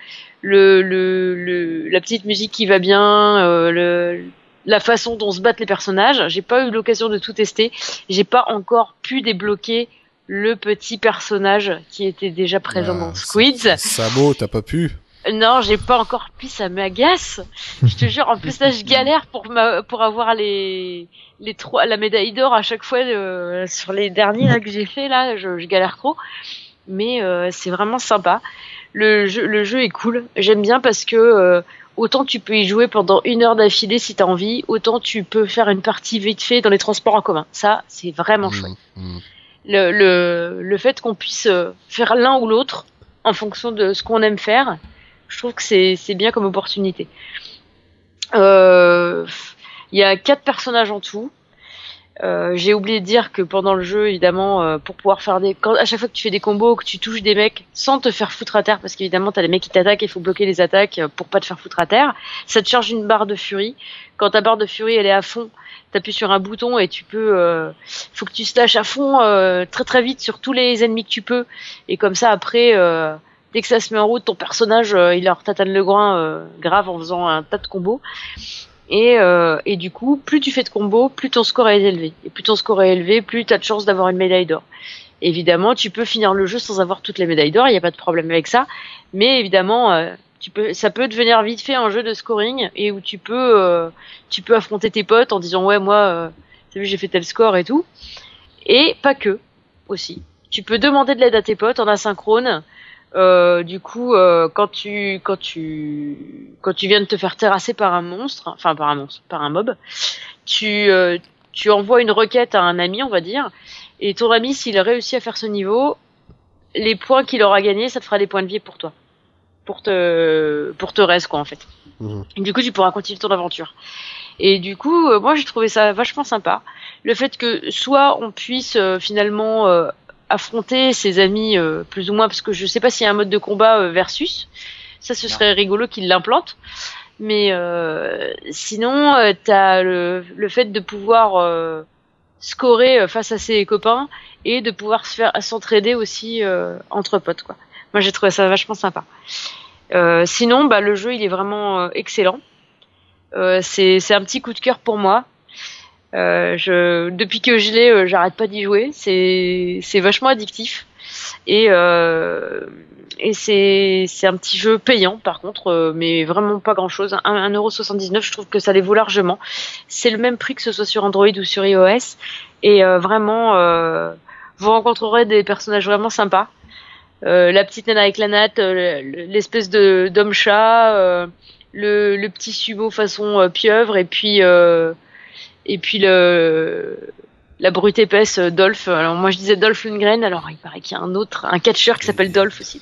la petite musique qui va bien, la façon dont se battent les personnages. J'ai pas eu l'occasion de tout tester. J'ai pas encore pu débloquer le petit personnage qui était déjà présent dans Squids. Samo, t'as pas pu? Non, j'ai pas encore pu, ça m'agace. Je te jure, en plus là je galère pour avoir la médaille d'or à chaque fois sur les derniers là, que j'ai fait là, je galère trop. Mais c'est vraiment sympa. Le jeu est cool. J'aime bien parce que autant tu peux y jouer pendant 1 heure d'affilée si t'as envie, autant tu peux faire une partie vite fait dans les transports en commun. Ça, c'est vraiment chouette. Le fait qu'on puisse faire l'un ou l'autre en fonction de ce qu'on aime faire, je trouve que c'est bien comme opportunité. Il y a 4 personnages en tout. J'ai oublié de dire que pendant le jeu, évidemment, pour pouvoir faire à chaque fois que tu fais des combos, que tu touches des mecs sans te faire foutre à terre, parce qu'évidemment t'as des mecs qui t'attaquent et il faut bloquer les attaques pour pas te faire foutre à terre, ça te charge une barre de furie. Quand ta barre de furie elle est à fond, t'appuies sur un bouton et tu peux, faut que tu slashes à fond très très vite sur tous les ennemis que tu peux, et comme ça après, dès que ça se met en route, ton personnage il leur tatane le groin grave en faisant un tas de combos. Et du coup, plus tu fais de combos, plus ton score est élevé. Et plus ton score est élevé, plus tu as de chances d'avoir une médaille d'or. Évidemment, tu peux finir le jeu sans avoir toutes les médailles d'or, il n'y a pas de problème avec ça. Mais évidemment, ça peut devenir vite fait un jeu de scoring et où tu peux affronter tes potes en disant ouais moi, t'as vu j'ai fait tel score et tout. Et pas que aussi. Tu peux demander de l'aide à tes potes en asynchrone. Du coup, quand tu viens de te faire terrasser par un mob, tu envoies une requête à un ami, on va dire, et ton ami, s'il a réussi à faire ce niveau, les points qu'il aura gagnés, ça te fera des points de vie pour toi, pour te reste quoi en fait. Mmh. Et du coup, tu pourras continuer ton aventure. Et du coup, moi, j'ai trouvé ça vachement sympa, le fait que soit on puisse finalement affronter ses amis plus ou moins, parce que je sais pas s'il y a un mode de combat versus, ça ce serait rigolo qu'ils l'implantent, mais sinon t'as le fait de pouvoir scorer face à ses copains et de pouvoir s'entraider aussi entre potes quoi. Moi j'ai trouvé ça vachement sympa. Sinon le jeu il est vraiment excellent. C'est un petit coup de cœur pour moi. Depuis que je l'ai, j'arrête pas d'y jouer. C'est vachement addictif et c'est un petit jeu payant par contre, mais vraiment pas grand chose. 1,79€, je trouve que ça les vaut largement. C'est le même prix que ce soit sur Android ou sur iOS et vraiment vous rencontrerez des personnages vraiment sympas. La petite nana avec la natte, l'espèce d'homme chat, le petit sumo façon pieuvre et puis la brute épaisse Dolph. Alors moi je disais Dolph Lundgren, alors il paraît qu'il y a un catcheur qui s'appelle Dolph aussi.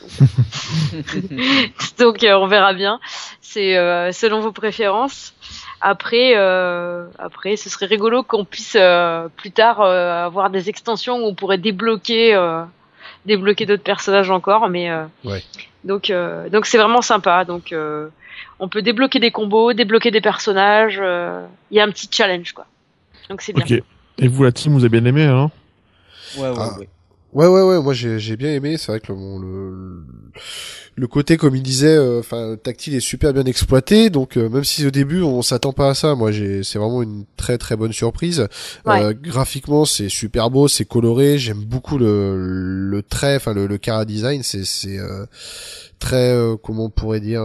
Donc on verra bien. C'est selon vos préférences. Après ce serait rigolo qu'on puisse plus tard avoir des extensions où on pourrait débloquer d'autres personnages encore, mais ouais. Donc c'est vraiment sympa. Donc on peut débloquer des combos, débloquer des personnages. Il y a un petit challenge quoi. Donc c'est bien. Ok. Et vous la team, vous avez bien aimé hein? Ouais. Ouais, moi j'ai bien aimé, c'est vrai que le côté comme il disait tactile est super bien exploité, donc même si au début on s'attend pas à ça, moi c'est vraiment une très très bonne surprise. Ouais. Graphiquement, c'est super beau, c'est coloré, j'aime beaucoup le trait, le chara design, c'est très comment on pourrait dire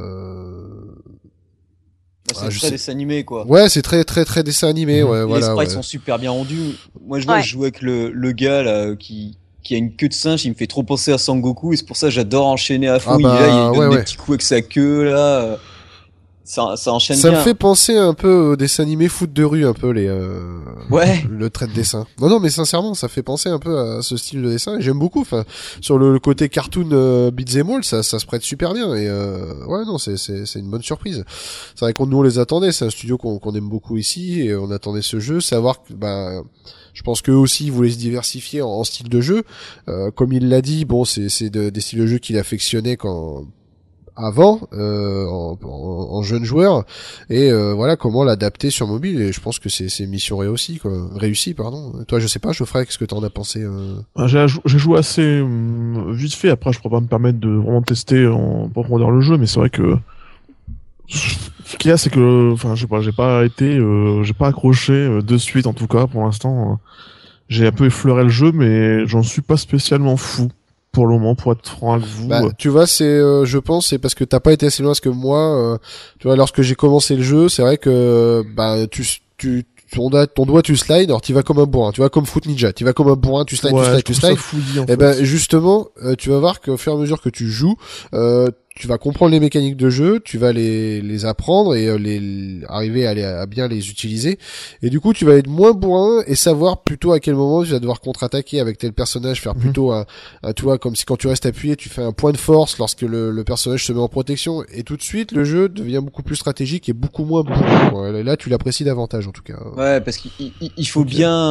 c'est très dessin animé quoi. Ouais, c'est très très très dessin animé, ouais, voilà. Les sprites sont super bien rendus. Moi je joue avec le gars là qui a une queue de singe, il me fait trop penser à Sangoku et c'est pour ça que j'adore enchaîner à fond. Il donne des petits coups avec sa queue là. Ça enchaîne bien. Ça me fait penser un peu aux dessins animés foot de rue, un peu le trait de dessin. Non, mais sincèrement, ça fait penser un peu à ce style de dessin. Et j'aime beaucoup. Enfin, sur le côté cartoon beat'em all, ça se prête super bien. Et ouais, non, c'est une bonne surprise. C'est vrai qu'on nous on les attendait. C'est un studio qu'on aime beaucoup ici et on attendait ce jeu. Savoir que je pense qu'eux aussi ils voulaient se diversifier en style de jeu. Comme il l'a dit, bon, c'est des styles de jeu qu'il affectionnait avant en jeune joueur et voilà comment l'adapter sur mobile, et je pense que c'est mission réussie pardon. Toi je sais pas Geoffrey, qu'est-ce que t'en as pensé? J'ai joué assez vite fait, après je pourrais pas me permettre de vraiment tester en profondeur le jeu, mais c'est vrai que ce qu'il y a c'est que j'ai pas accroché de suite, en tout cas pour l'instant. J'ai un peu effleuré le jeu, mais j'en suis pas spécialement fou pour le moment, pour être franc avec vous. Tu vois, je pense, c'est parce que t'as pas été assez loin, parce que moi, tu vois, lorsque j'ai commencé le jeu, c'est vrai que, ton doigt tu slides, alors tu vas comme un bourrin, tu vas comme Fruit Ninja, tu vas comme un bourrin, tu slides. Fouillis, et justement, tu vas voir qu'au fur et à mesure que tu joues, tu vas comprendre les mécaniques de jeu, tu vas les apprendre et arriver à bien les utiliser. Et du coup, tu vas être moins bourrin et savoir plutôt à quel moment tu vas devoir contre-attaquer avec tel personnage, faire plutôt un tu vois, comme si quand tu restes appuyé, tu fais un point de force lorsque le personnage se met en protection. Et tout de suite, le jeu devient beaucoup plus stratégique et beaucoup moins bourrin, quoi. Et là, tu l'apprécies davantage, en tout cas. Ouais, parce qu'il faut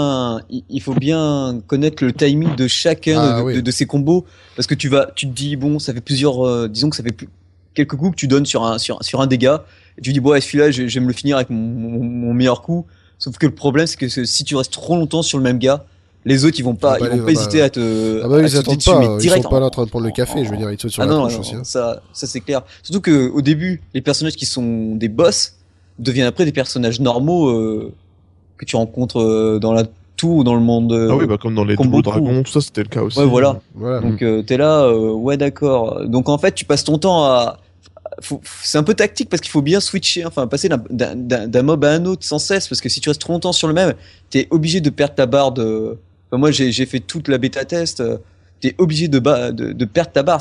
il faut bien connaître le timing de chacun de ces combos, parce que tu te dis bon, ça fait plusieurs, disons que ça fait quelques coups que tu donnes sur un dégât, et tu dis bon, ouais, celui-là, je vais me le finir avec mon meilleur coup. Sauf que le problème, c'est que si tu restes trop longtemps sur le même gars, les autres ils vont pas hésiter à te ils attendent pas, ils sont pas là en train de prendre le café, je veux dire, ils sautent sur la tronche aussi. Ça c'est clair. Surtout que au début, les personnages qui sont des boss deviennent après des personnages normaux que tu rencontres dans la tour ou dans le monde. Ah oui, bah comme dans les Double Dragons, tout ça c'était le cas aussi. Ouais, voilà. Donc t'es là, ouais, d'accord. Donc en fait, tu passes ton temps à c'est un peu tactique parce qu'il faut bien switcher, enfin passer d'un mob à un autre sans cesse, parce que si tu restes trop longtemps sur le même, t'es obligé de perdre ta barre de. Enfin, moi j'ai fait toute la bêta test, t'es obligé de perdre ta barre,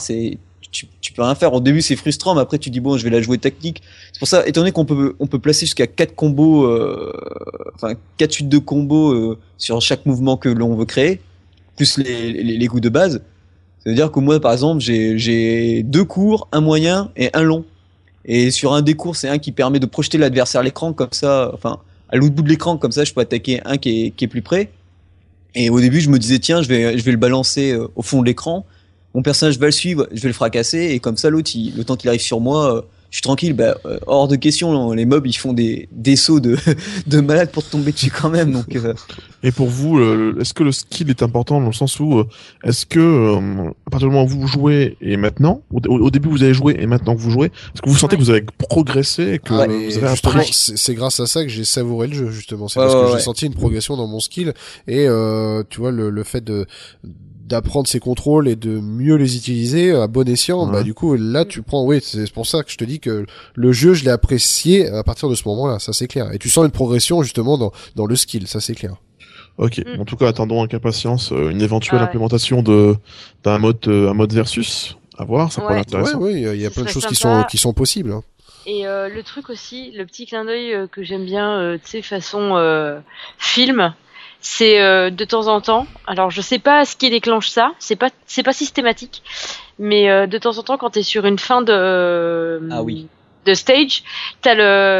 tu peux rien faire. Au début c'est frustrant, mais après tu dis bon, je vais la jouer technique. C'est pour ça, étant donné qu'on peut placer jusqu'à 4 combos, enfin 4 suites de combos sur chaque mouvement que l'on veut créer, plus les coups de base. Ça veut dire que moi, par exemple, j'ai 2 courts, un moyen et un long. Et sur un des courts, c'est un qui permet de projeter l'adversaire à l'écran, comme ça, enfin, à l'autre bout de l'écran, comme ça, je peux attaquer un qui est plus près. Et au début, je me disais, tiens, je vais le balancer au fond de l'écran. Mon personnage va le suivre, je vais le fracasser, et comme ça, l'autre, le temps qu'il arrive sur moi, je suis tranquille. Bah, hors de question, les mobs, ils font des sauts de malade pour tomber dessus quand même. Donc. Et pour vous, est-ce que le skill est important dans le sens où est-ce que à partir du moment où vous jouez et maintenant, au début vous avez joué et maintenant que vous jouez, est-ce que vous sentez que vous avez progressé et que vous avez justement, c'est grâce à ça que j'ai savouré le jeu, justement. C'est parce que j'ai senti une progression dans mon skill et tu vois le fait d'apprendre ses contrôles et de mieux les utiliser à bon escient, bah du coup là tu prends, c'est pour ça que je te dis que le jeu je l'ai apprécié à partir de ce moment-là, ça c'est clair. Et tu sens une progression justement dans le skill, ça c'est clair. Ok, en tout cas attendons avec impatience une éventuelle implémentation d'un mode versus, à voir, ça pourrait être intéressant. Oui, il y a plein de choses qui sont possibles. Hein. Et le truc aussi, le petit clin d'œil que j'aime bien, tu sais, façon film, c'est de temps en temps, alors je sais pas ce qui déclenche ça, c'est pas systématique, mais de temps en temps quand t'es sur une fin de stage, t'as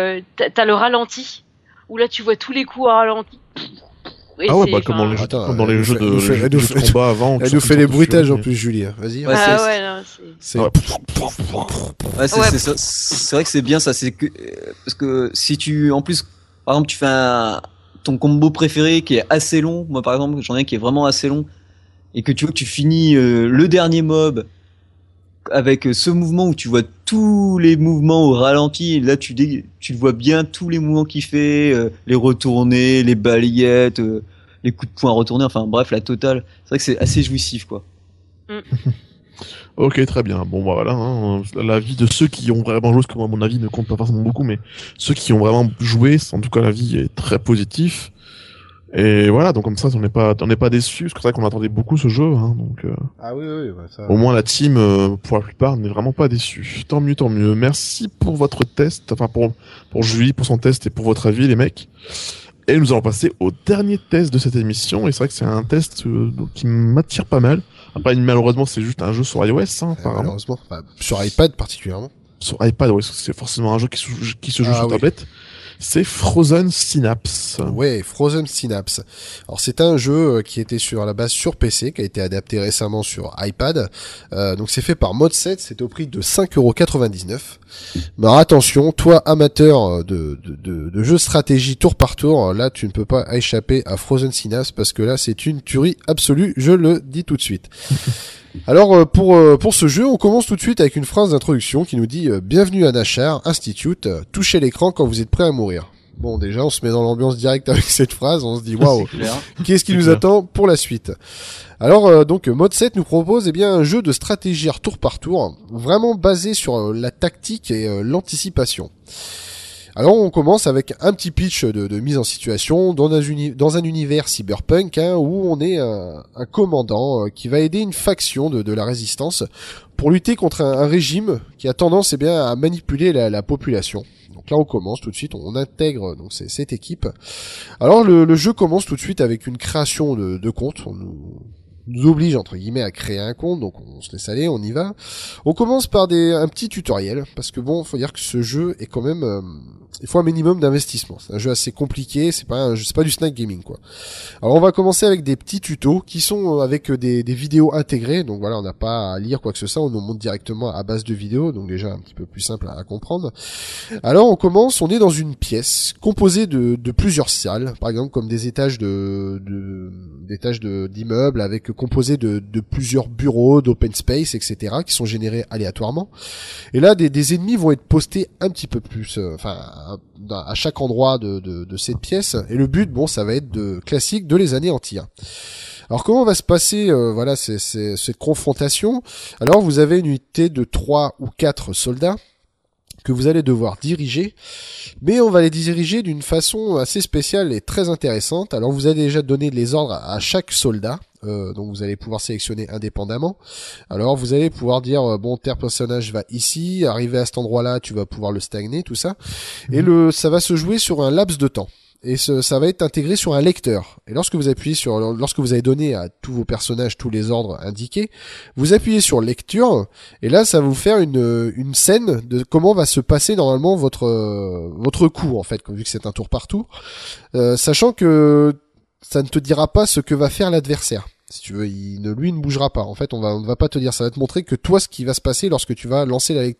le ralenti, où là tu vois tous les coups à ralenti. Ah ouais, bah comme dans les jeux de combat avant. Elle nous fait les bruitages en plus, Julie. Vas-y. C'est vrai que c'est bien ça, c'est que parce que si tu, en plus, par exemple, tu fais ton combo préféré qui est assez long. Moi, par exemple, j'en ai un qui est vraiment assez long, et que tu vois que tu finis le dernier mob avec ce mouvement où tu vois tous les mouvements au ralenti, et là tu le vois bien, tous les mouvements qu'il fait, les retournées, les balayettes, les coups de poing retournés, enfin bref, la totale. C'est vrai que c'est assez jouissif, quoi. Ok, très bien. Bon, bah voilà, hein, l'avis de ceux qui ont vraiment joué, parce que moi, mon avis ne compte pas forcément beaucoup, mais ceux qui ont vraiment joué, en tout cas, l'avis est très positif. Et voilà, donc comme ça, on n'est pas déçu, parce que c'est vrai qu'on attendait beaucoup ce jeu, hein, donc. Ah oui, ça... Au moins la team, pour la plupart, n'est vraiment pas déçue. Tant mieux. Merci pour votre test, enfin pour Julie, pour son test et pour votre avis, les mecs. Et nous allons passer au dernier test de cette émission, et c'est vrai que c'est un test qui m'attire pas mal. Après, malheureusement, c'est juste un jeu sur iOS, hein, malheureusement. Enfin, sur iPad particulièrement. Sur iPad, oui, c'est forcément un jeu qui se joue sur tablette. C'est Frozen Synapse. Ouais, Frozen Synapse. Alors c'est un jeu qui était à la base sur PC, qui a été adapté récemment sur iPad. Donc c'est fait par Mod7, c'est au prix de 5,99€. Mais alors attention, toi amateur de jeux de stratégie tour par tour, là tu ne peux pas échapper à Frozen Synapse parce que là c'est une tuerie absolue, je le dis tout de suite. Alors pour ce jeu, on commence tout de suite avec une phrase d'introduction qui nous dit bienvenue à Nashar Institute, touchez l'écran quand vous êtes prêt à mourir. Bon, déjà on se met dans l'ambiance directe avec cette phrase, on se dit waouh, qu'est-ce qui nous attend pour la suite. Alors donc Mod7 nous propose un jeu de stratégie tour par tour, vraiment basé sur la tactique et l'anticipation. Alors on commence avec un petit pitch de mise en situation dans un univers cyberpunk où on est un commandant qui va aider une faction de la résistance pour lutter contre un régime qui a tendance à manipuler la population. Donc là on commence tout de suite, on intègre donc cette équipe. Alors le jeu commence tout de suite avec une création de compte. On nous oblige entre guillemets à créer un compte, donc on se laisse aller, on y va. On commence par un petit tutoriel, parce que bon, faut dire que ce jeu est quand même, il faut un minimum d'investissement. C'est un jeu assez compliqué, c'est pas du snack gaming quoi. Alors on va commencer avec des petits tutos qui sont avec des vidéos intégrées, donc voilà, on n'a pas à lire quoi que ce soit, on nous montre directement à base de vidéos, donc déjà un petit peu plus simple à comprendre. Alors on commence, on est dans une pièce composée de plusieurs salles, par exemple comme des étages d'immeubles avec composés de plusieurs bureaux, d'open space, etc., qui sont générés aléatoirement. Et là, des ennemis vont être postés un petit peu plus, à chaque endroit de cette pièce. Et le but, bon, ça va être classique de les anéantir. Alors comment va se passer cette confrontation? Alors vous avez une unité de 3 ou 4 soldats que vous allez devoir diriger, mais on va les diriger d'une façon assez spéciale et très intéressante. Alors vous allez déjà donner les ordres à chaque soldat, donc vous allez pouvoir sélectionner indépendamment. Alors vous allez pouvoir dire bon, tel personnage va ici, arriver à cet endroit-là, tu vas pouvoir le stagner, tout ça. Et ça va se jouer sur un laps de temps. Et ça va être intégré sur un lecteur. Et lorsque vous avez donné à tous vos personnages tous les ordres indiqués, vous appuyez sur lecture, et là ça va vous faire une scène de comment va se passer normalement votre coup en fait, vu que c'est un tour par tour, sachant que ça ne te dira pas ce que va faire l'adversaire. Si tu veux, lui ne bougera pas. En fait, on va pas te dire. Ça va te montrer que toi, ce qui va se passer lorsque tu vas lancer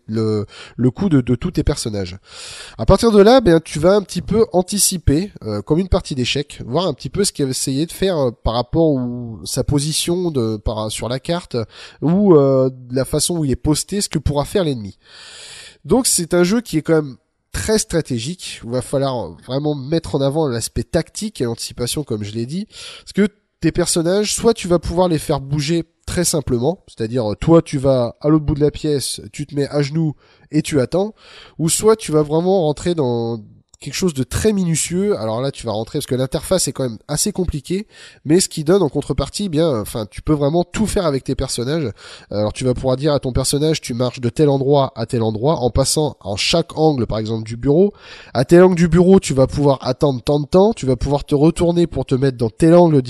le coup de tous tes personnages. À partir de là, tu vas un petit peu anticiper, comme une partie d'échecs, voir un petit peu ce qu'il va essayer de faire par rapport à sa position sur la carte ou la façon où il est posté, ce que pourra faire l'ennemi. Donc, c'est un jeu qui est quand même très stratégique, où il va falloir vraiment mettre en avant l'aspect tactique et l'anticipation, comme je l'ai dit, parce que tes personnages, soit tu vas pouvoir les faire bouger très simplement, c'est-à-dire toi tu vas à l'autre bout de la pièce, tu te mets à genoux et tu attends, ou soit tu vas vraiment rentrer dans quelque chose de très minutieux. Alors là tu vas rentrer parce que l'interface est quand même assez compliquée, mais ce qui donne en contrepartie, tu peux vraiment tout faire avec tes personnages. Alors tu vas pouvoir dire à ton personnage, tu marches de tel endroit à tel endroit en passant en chaque angle par exemple du bureau. À tel angle du bureau, tu vas pouvoir attendre tant de temps, tu vas pouvoir te retourner pour te mettre dans tel angle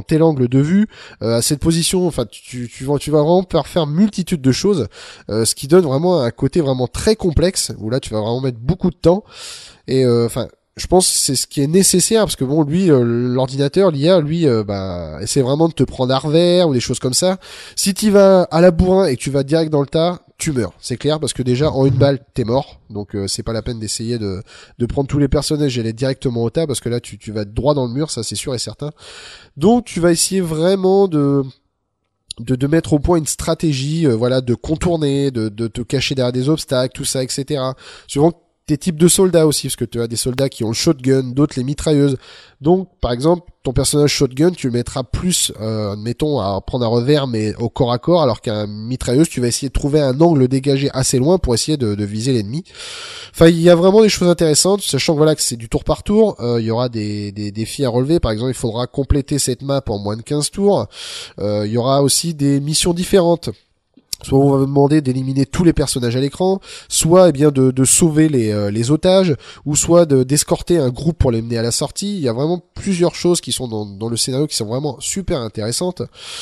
de vue, à cette position. Enfin tu vas vraiment pouvoir faire multitude de choses, ce qui donne vraiment un côté vraiment très complexe où là tu vas vraiment mettre beaucoup de temps. Et je pense que c'est ce qui est nécessaire parce que bon, lui, l'ordinateur, l'IA, essaie vraiment de te prendre à revers ou des choses comme ça. Si tu vas à la bourrin et que tu vas direct dans le tas, tu meurs, c'est clair, parce que déjà en une balle t'es mort, donc c'est pas la peine d'essayer de prendre tous les personnages et aller directement au tas parce que là tu vas droit dans le mur, ça c'est sûr et certain. Donc tu vas essayer vraiment de mettre au point une stratégie, de contourner, de te cacher derrière des obstacles, tout ça, etc. Suivant tes types de soldats aussi, parce que tu as des soldats qui ont le shotgun, d'autres les mitrailleuses. Donc, par exemple, ton personnage shotgun, tu le mettras plus, admettons, à prendre un revers, mais au corps à corps, alors qu'un mitrailleuse, tu vas essayer de trouver un angle dégagé assez loin pour essayer de viser l'ennemi. Enfin, il y a vraiment des choses intéressantes, sachant que que c'est du tour par tour. Il y aura des défis à relever. Par exemple, il faudra compléter cette map en moins de 15 tours. Il y aura aussi des missions différentes. Soit on va vous demander d'éliminer tous les personnages à l'écran, soit de sauver les otages, ou soit d'escorter un groupe pour les mener à la sortie. Il y a vraiment plusieurs choses qui sont dans le scénario qui sont vraiment super intéressantes.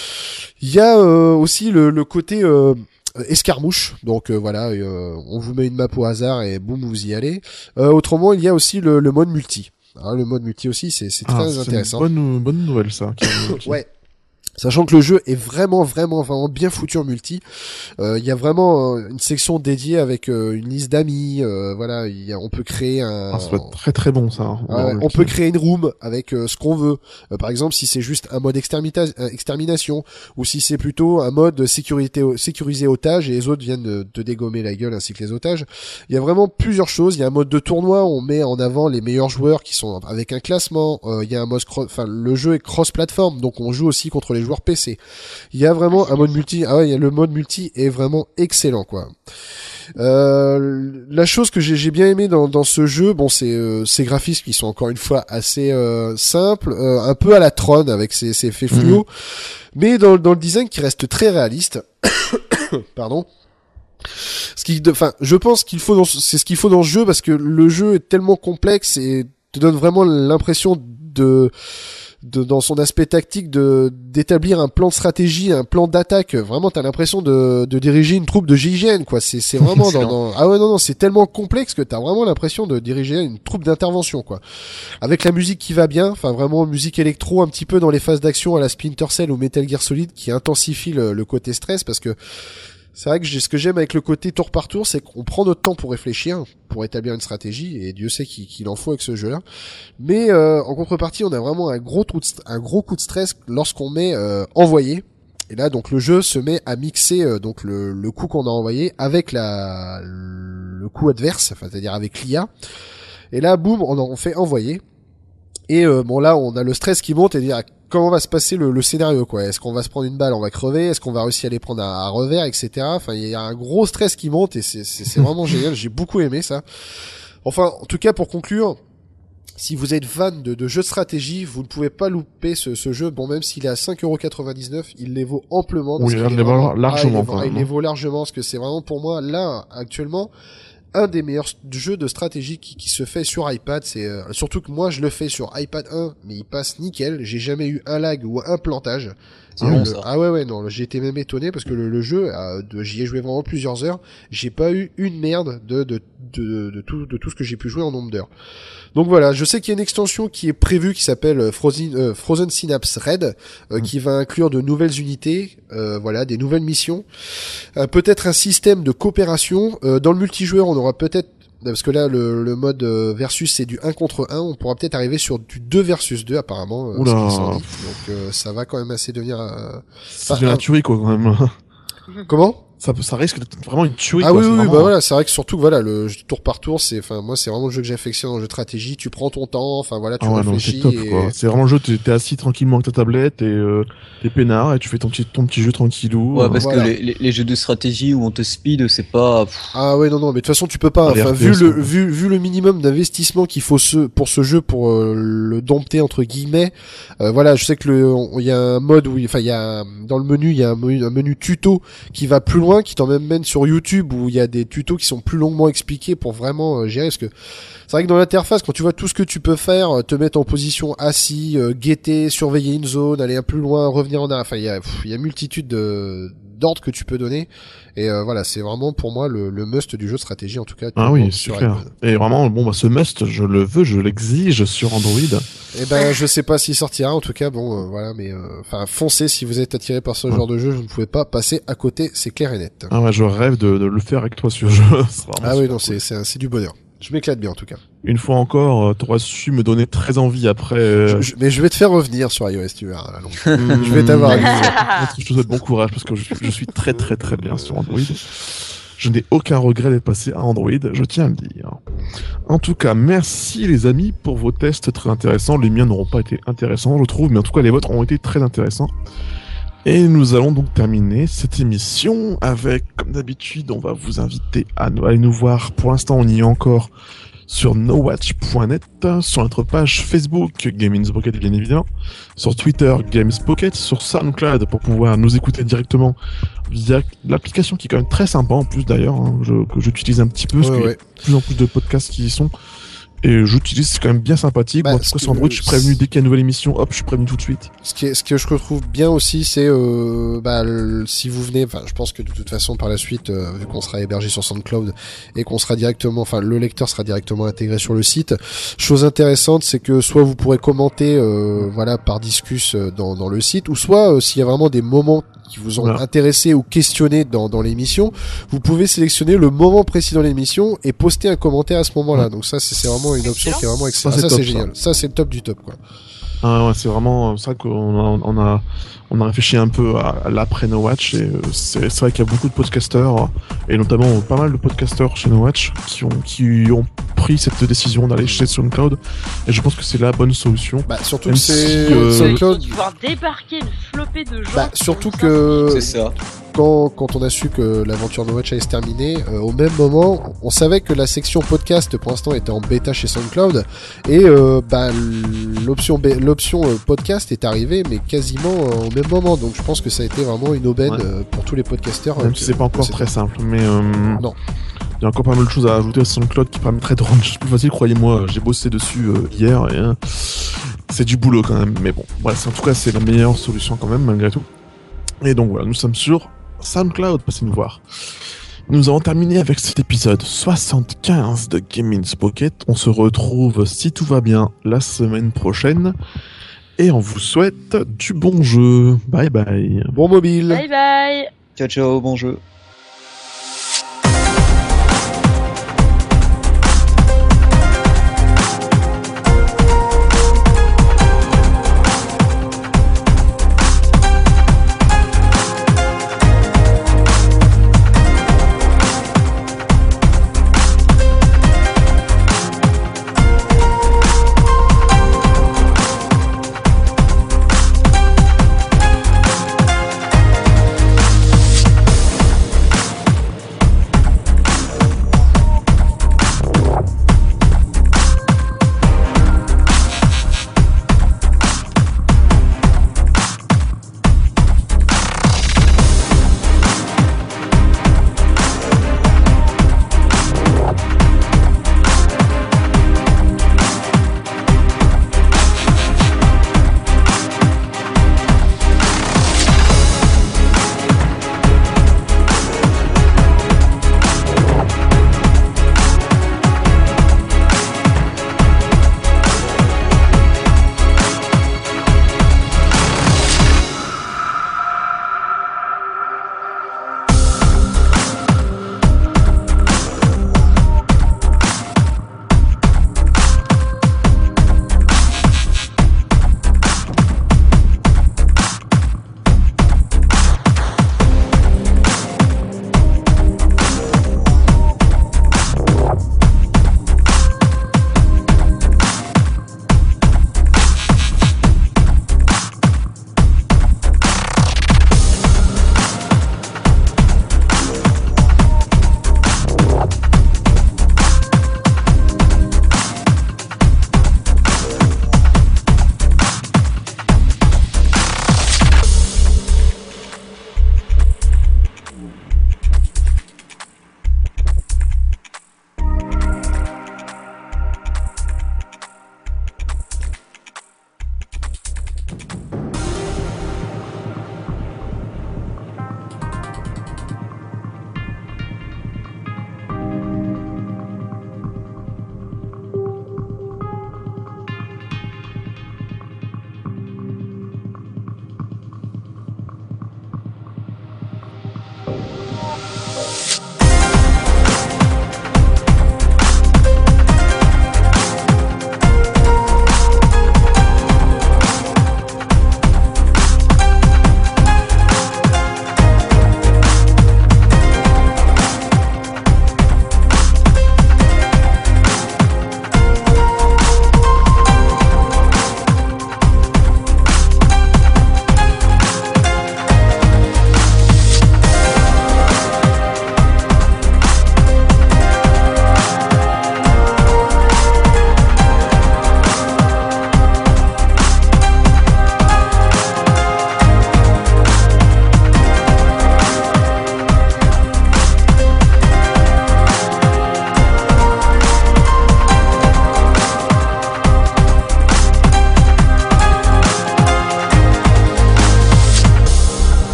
Il y a aussi le côté escarmouche, donc on vous met une map au hasard et boum, vous y allez. Autrement, il y a aussi le mode multi. Alors, le mode multi aussi, c'est très intéressant. C'est une bonne nouvelle ça. Ouais. Sachant que le jeu est vraiment bien foutu en multi. Il y a vraiment une section dédiée avec une liste d'amis. On peut créer ça va être très très bon ça. On peut créer une room avec ce qu'on veut. Par exemple, si c'est juste un mode extermination, ou si c'est plutôt un mode sécurisé otage et les autres viennent de te dégommer la gueule ainsi que les otages. Il y a vraiment plusieurs choses. Il y a un mode de tournoi où on met en avant les meilleurs joueurs qui sont avec un classement. Il y a un mode le jeu est cross-platform, donc on joue aussi contre les joueurs PC. Il y a vraiment un mode multi. Ah ouais, le mode multi est vraiment excellent, quoi. La chose que j'ai bien aimé dans ce jeu, bon, c'est ces graphismes qui sont encore une fois assez simples, un peu à la Tron avec ses effets fluo, mais dans le design qui reste très réaliste. Pardon. Je pense qu'il faut c'est ce qu'il faut dans ce jeu, parce que le jeu est tellement complexe et te donne vraiment l'impression dans son aspect tactique d'établir un plan de stratégie, un plan d'attaque. Vraiment, t'as l'impression de diriger une troupe de GIGN, quoi. C'est vraiment ah ouais, non, c'est tellement complexe que t'as vraiment l'impression de diriger une troupe d'intervention, quoi. Avec la musique qui va bien, enfin vraiment musique électro un petit peu dans les phases d'action à la Splinter Cell ou Metal Gear Solid, qui intensifie le côté stress, parce que c'est vrai que ce que j'aime avec le côté tour par tour, c'est qu'on prend notre temps pour réfléchir, pour établir une stratégie, et Dieu sait qu'il en faut avec ce jeu-là. Mais en contrepartie, on a vraiment un gros coup de stress lorsqu'on met envoyé. Et là, donc le jeu se met à mixer donc le coup qu'on a envoyé avec le coup adverse, enfin c'est-à-dire avec l'IA. Et là, boum, on fait envoyer. Et bon, là, on a le stress qui monte et dire comment va se passer le scénario, quoi. Est-ce qu'on va se prendre une balle, on va crever, est-ce qu'on va réussir à les prendre à revers, etc. Enfin, il y a un gros stress qui monte et c'est vraiment génial. J'ai beaucoup aimé ça. Enfin, en tout cas, pour conclure, si vous êtes fan de jeux de stratégie, vous ne pouvez pas louper ce jeu. Bon, même s'il est à 5,99€, il les vaut amplement. Oui, il les vaut largement. Il les vaut largement, parce que c'est vraiment pour moi, là, actuellement, un des meilleurs jeux de stratégie qui se fait sur iPad. C'est surtout que moi je le fais sur iPad 1, mais il passe nickel. J'ai jamais eu un lag ou un plantage. Ah ouais, non, j'ai été même étonné parce que le jeu, j'y ai joué vraiment plusieurs heures. J'ai pas eu une merde de tout ce que j'ai pu jouer en nombre d'heures. Donc voilà, je sais qu'il y a une extension qui est prévue qui s'appelle Frozen Synapse Red, qui va inclure de nouvelles unités, voilà, des nouvelles missions, peut-être un système de coopération. Dans le multijoueur, on aura peut-être, parce que là le mode versus c'est du 1 contre 1, on pourra peut-être arriver sur du 2 versus 2 apparemment. Donc ça va quand même assez devenir ça devient la tuerie, quoi, quand même. Comment? Ça risque d'être vraiment une tuerie. Ah quoi, oui, vraiment... bah voilà, c'est vrai que surtout que voilà, le tour par tour, moi c'est vraiment le jeu que j'affectionne en jeu de stratégie. Tu prends ton temps, enfin voilà, tu réfléchis. Non, c'est top, quoi. C'est vraiment le jeu, t'es assis tranquillement avec ta tablette et t'es peinard et tu fais ton petit jeu tranquillou. Ouais, parce que les jeux de stratégie où on te speed, c'est pas. Ah ouais, non, mais de toute façon tu peux pas. Enfin, vu le minimum d'investissement qu'il faut pour ce jeu pour le dompter entre guillemets. Voilà, je sais que il y a un mode où, enfin il y a dans le menu il y a un menu tuto qui va plus loin, qui t'emmène sur YouTube où il y a des tutos qui sont plus longuement expliqués pour vraiment gérer, parce que c'est vrai que dans l'interface, quand tu vois tout ce que tu peux faire, te mettre en position assis, guetter, surveiller une zone, aller un peu plus loin, revenir en arrière, enfin il y a multitude d'ordres que tu peux donner, et voilà, c'est vraiment pour moi le must du jeu de stratégie, en tout cas. Ah oui, c'est clair. Et vraiment, bon, bah, ce must, je le veux, je l'exige sur Android. Eh ben, je sais pas s'il sortira, en tout cas, bon, voilà, mais enfin, foncez si vous êtes attiré par ce genre de jeu, je ne pouvez pas passer à côté, c'est clair et net. Ah ouais, je rêve de le faire avec toi sur jeu. Ah oui, non, cool. C'est du bonheur. Je m'éclate bien, en tout cas. Une fois encore, t'auras su me donner très envie après. Mais je vais te faire revenir sur iOS, tu verras. Je vais t'avoir. Je te souhaite bon courage parce que je suis très très très bien sur Android. Je n'ai aucun regret d'être passé à Android, je tiens à le dire. En tout cas, merci les amis pour vos tests très intéressants. Les miens n'auront pas été intéressants, je trouve, mais en tout cas les vôtres ont été très intéressants. Et nous allons donc terminer cette émission avec, comme d'habitude, on va vous inviter à aller nous voir. Pour l'instant, on y est encore sur nowatch.net, sur notre page Facebook Gaming Pocket bien évidemment, sur Twitter Games Pocket, sur SoundCloud pour pouvoir nous écouter directement via l'application qui est quand même très sympa en plus d'ailleurs, hein, que j'utilise un petit peu parce qu'il y a de plus en plus de podcasts qui y sont. Et j'utilise, c'est quand même bien sympathique. Moi, en tout cas, sur Android, je suis prévenu dès qu'il y a une nouvelle émission, hop, je suis prévenu tout de suite. Ce que je retrouve bien aussi, c'est si vous venez, enfin, je pense que de toute façon, par la suite, vu qu'on sera hébergé sur SoundCloud et qu'on sera directement, enfin, le lecteur sera directement intégré sur le site. Chose intéressante, c'est que soit vous pourrez commenter, voilà, par discus dans le site, ou soit s'il y a vraiment des moments qui vous ont intéressé ou questionné dans l'émission, vous pouvez sélectionner le moment précis dans l'émission et poster un commentaire à ce moment-là. Donc ça, c'est vraiment une option qui est vraiment excellente. Ça, c'est génial. Ça, c'est le top du top, quoi. Ouais, c'est vraiment ça qu'on a réfléchi un peu à l'après No Watch et c'est vrai qu'il y a beaucoup de podcasteurs et notamment pas mal de podcasteurs chez No Watch qui ont pris cette décision d'aller chez SoundCloud et je pense que c'est la bonne solution. Bah surtout Même que c'est si, SoundCloud. Ils vont pouvoir débarquer une flopée de gens. Bah surtout que C'est ça. quand on a su que l'aventure No Watch allait se terminer, au même moment, on savait que la section podcast pour l'instant était en bêta chez SoundCloud et bah l'option podcast est arrivée mais quasiment au même moment. Donc je pense que ça a été vraiment une aubaine pour tous les podcasteurs. Même si c'est pas encore très simple, mais non. Il y a encore pas mal de choses à ajouter à SoundCloud qui permettraient de rendre plus facile, croyez-moi. J'ai bossé dessus hier et c'est du boulot quand même. Mais bon, voilà, en tout cas, c'est la meilleure solution quand même, malgré tout. Et donc voilà, nous sommes sur SoundCloud, passez nous voir. Nous avons terminé avec cet épisode 75 de Gaming's Pocket. On se retrouve, si tout va bien, la semaine prochaine. Et on vous souhaite du bon jeu. Bye bye. Bon mobile. Bye bye. Ciao, ciao, bon jeu.